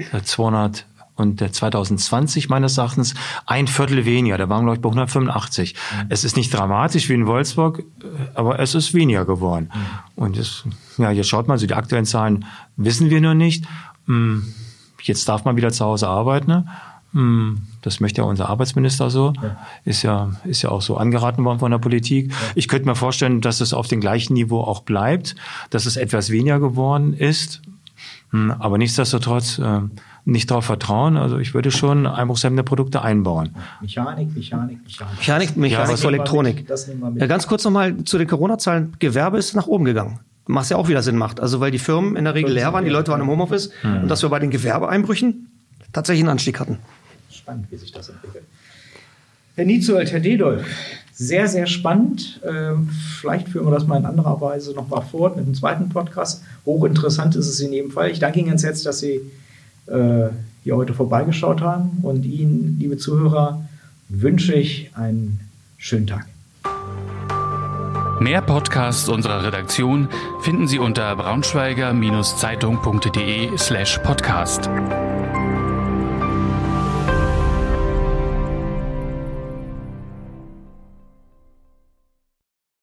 2020 meines Erachtens ein Viertel weniger. Da waren wir, glaube ich, bei 185. Es ist nicht dramatisch wie in Wolfsburg, aber es ist weniger geworden. Und jetzt schaut mal, so die aktuellen Zahlen wissen wir noch nicht. Jetzt darf man wieder zu Hause arbeiten. Ne? Das möchte ja unser Arbeitsminister so. Ja. Ist ja auch so angeraten worden von der Politik. Ja. Ich könnte mir vorstellen, dass es auf dem gleichen Niveau auch bleibt, dass es etwas weniger geworden ist. Aber nichtsdestotrotz nicht darauf vertrauen. Also ich würde schon einbruchshemmende Produkte einbauen. Mechanik für Elektronik. Ganz kurz nochmal zu den Corona-Zahlen. Gewerbe ist nach oben gegangen. Was ja auch wieder Sinn macht. Also weil die Firmen in der Regel leer waren, die Leute waren im Homeoffice und dass wir bei den Gewerbeeinbrüchen tatsächlich einen Anstieg hatten. Spannend, wie sich das entwickelt. Herr Nietzold, Herr Dedolf, sehr, sehr spannend. Vielleicht führen wir das mal in anderer Weise noch mal fort mit einem zweiten Podcast. Hochinteressant ist es in jedem Fall. Ich danke Ihnen ganz herzlich, dass Sie hier heute vorbeigeschaut haben. Und Ihnen, liebe Zuhörer, wünsche ich einen schönen Tag. Mehr Podcasts unserer Redaktion finden Sie unter braunschweiger-zeitung.de/podcast.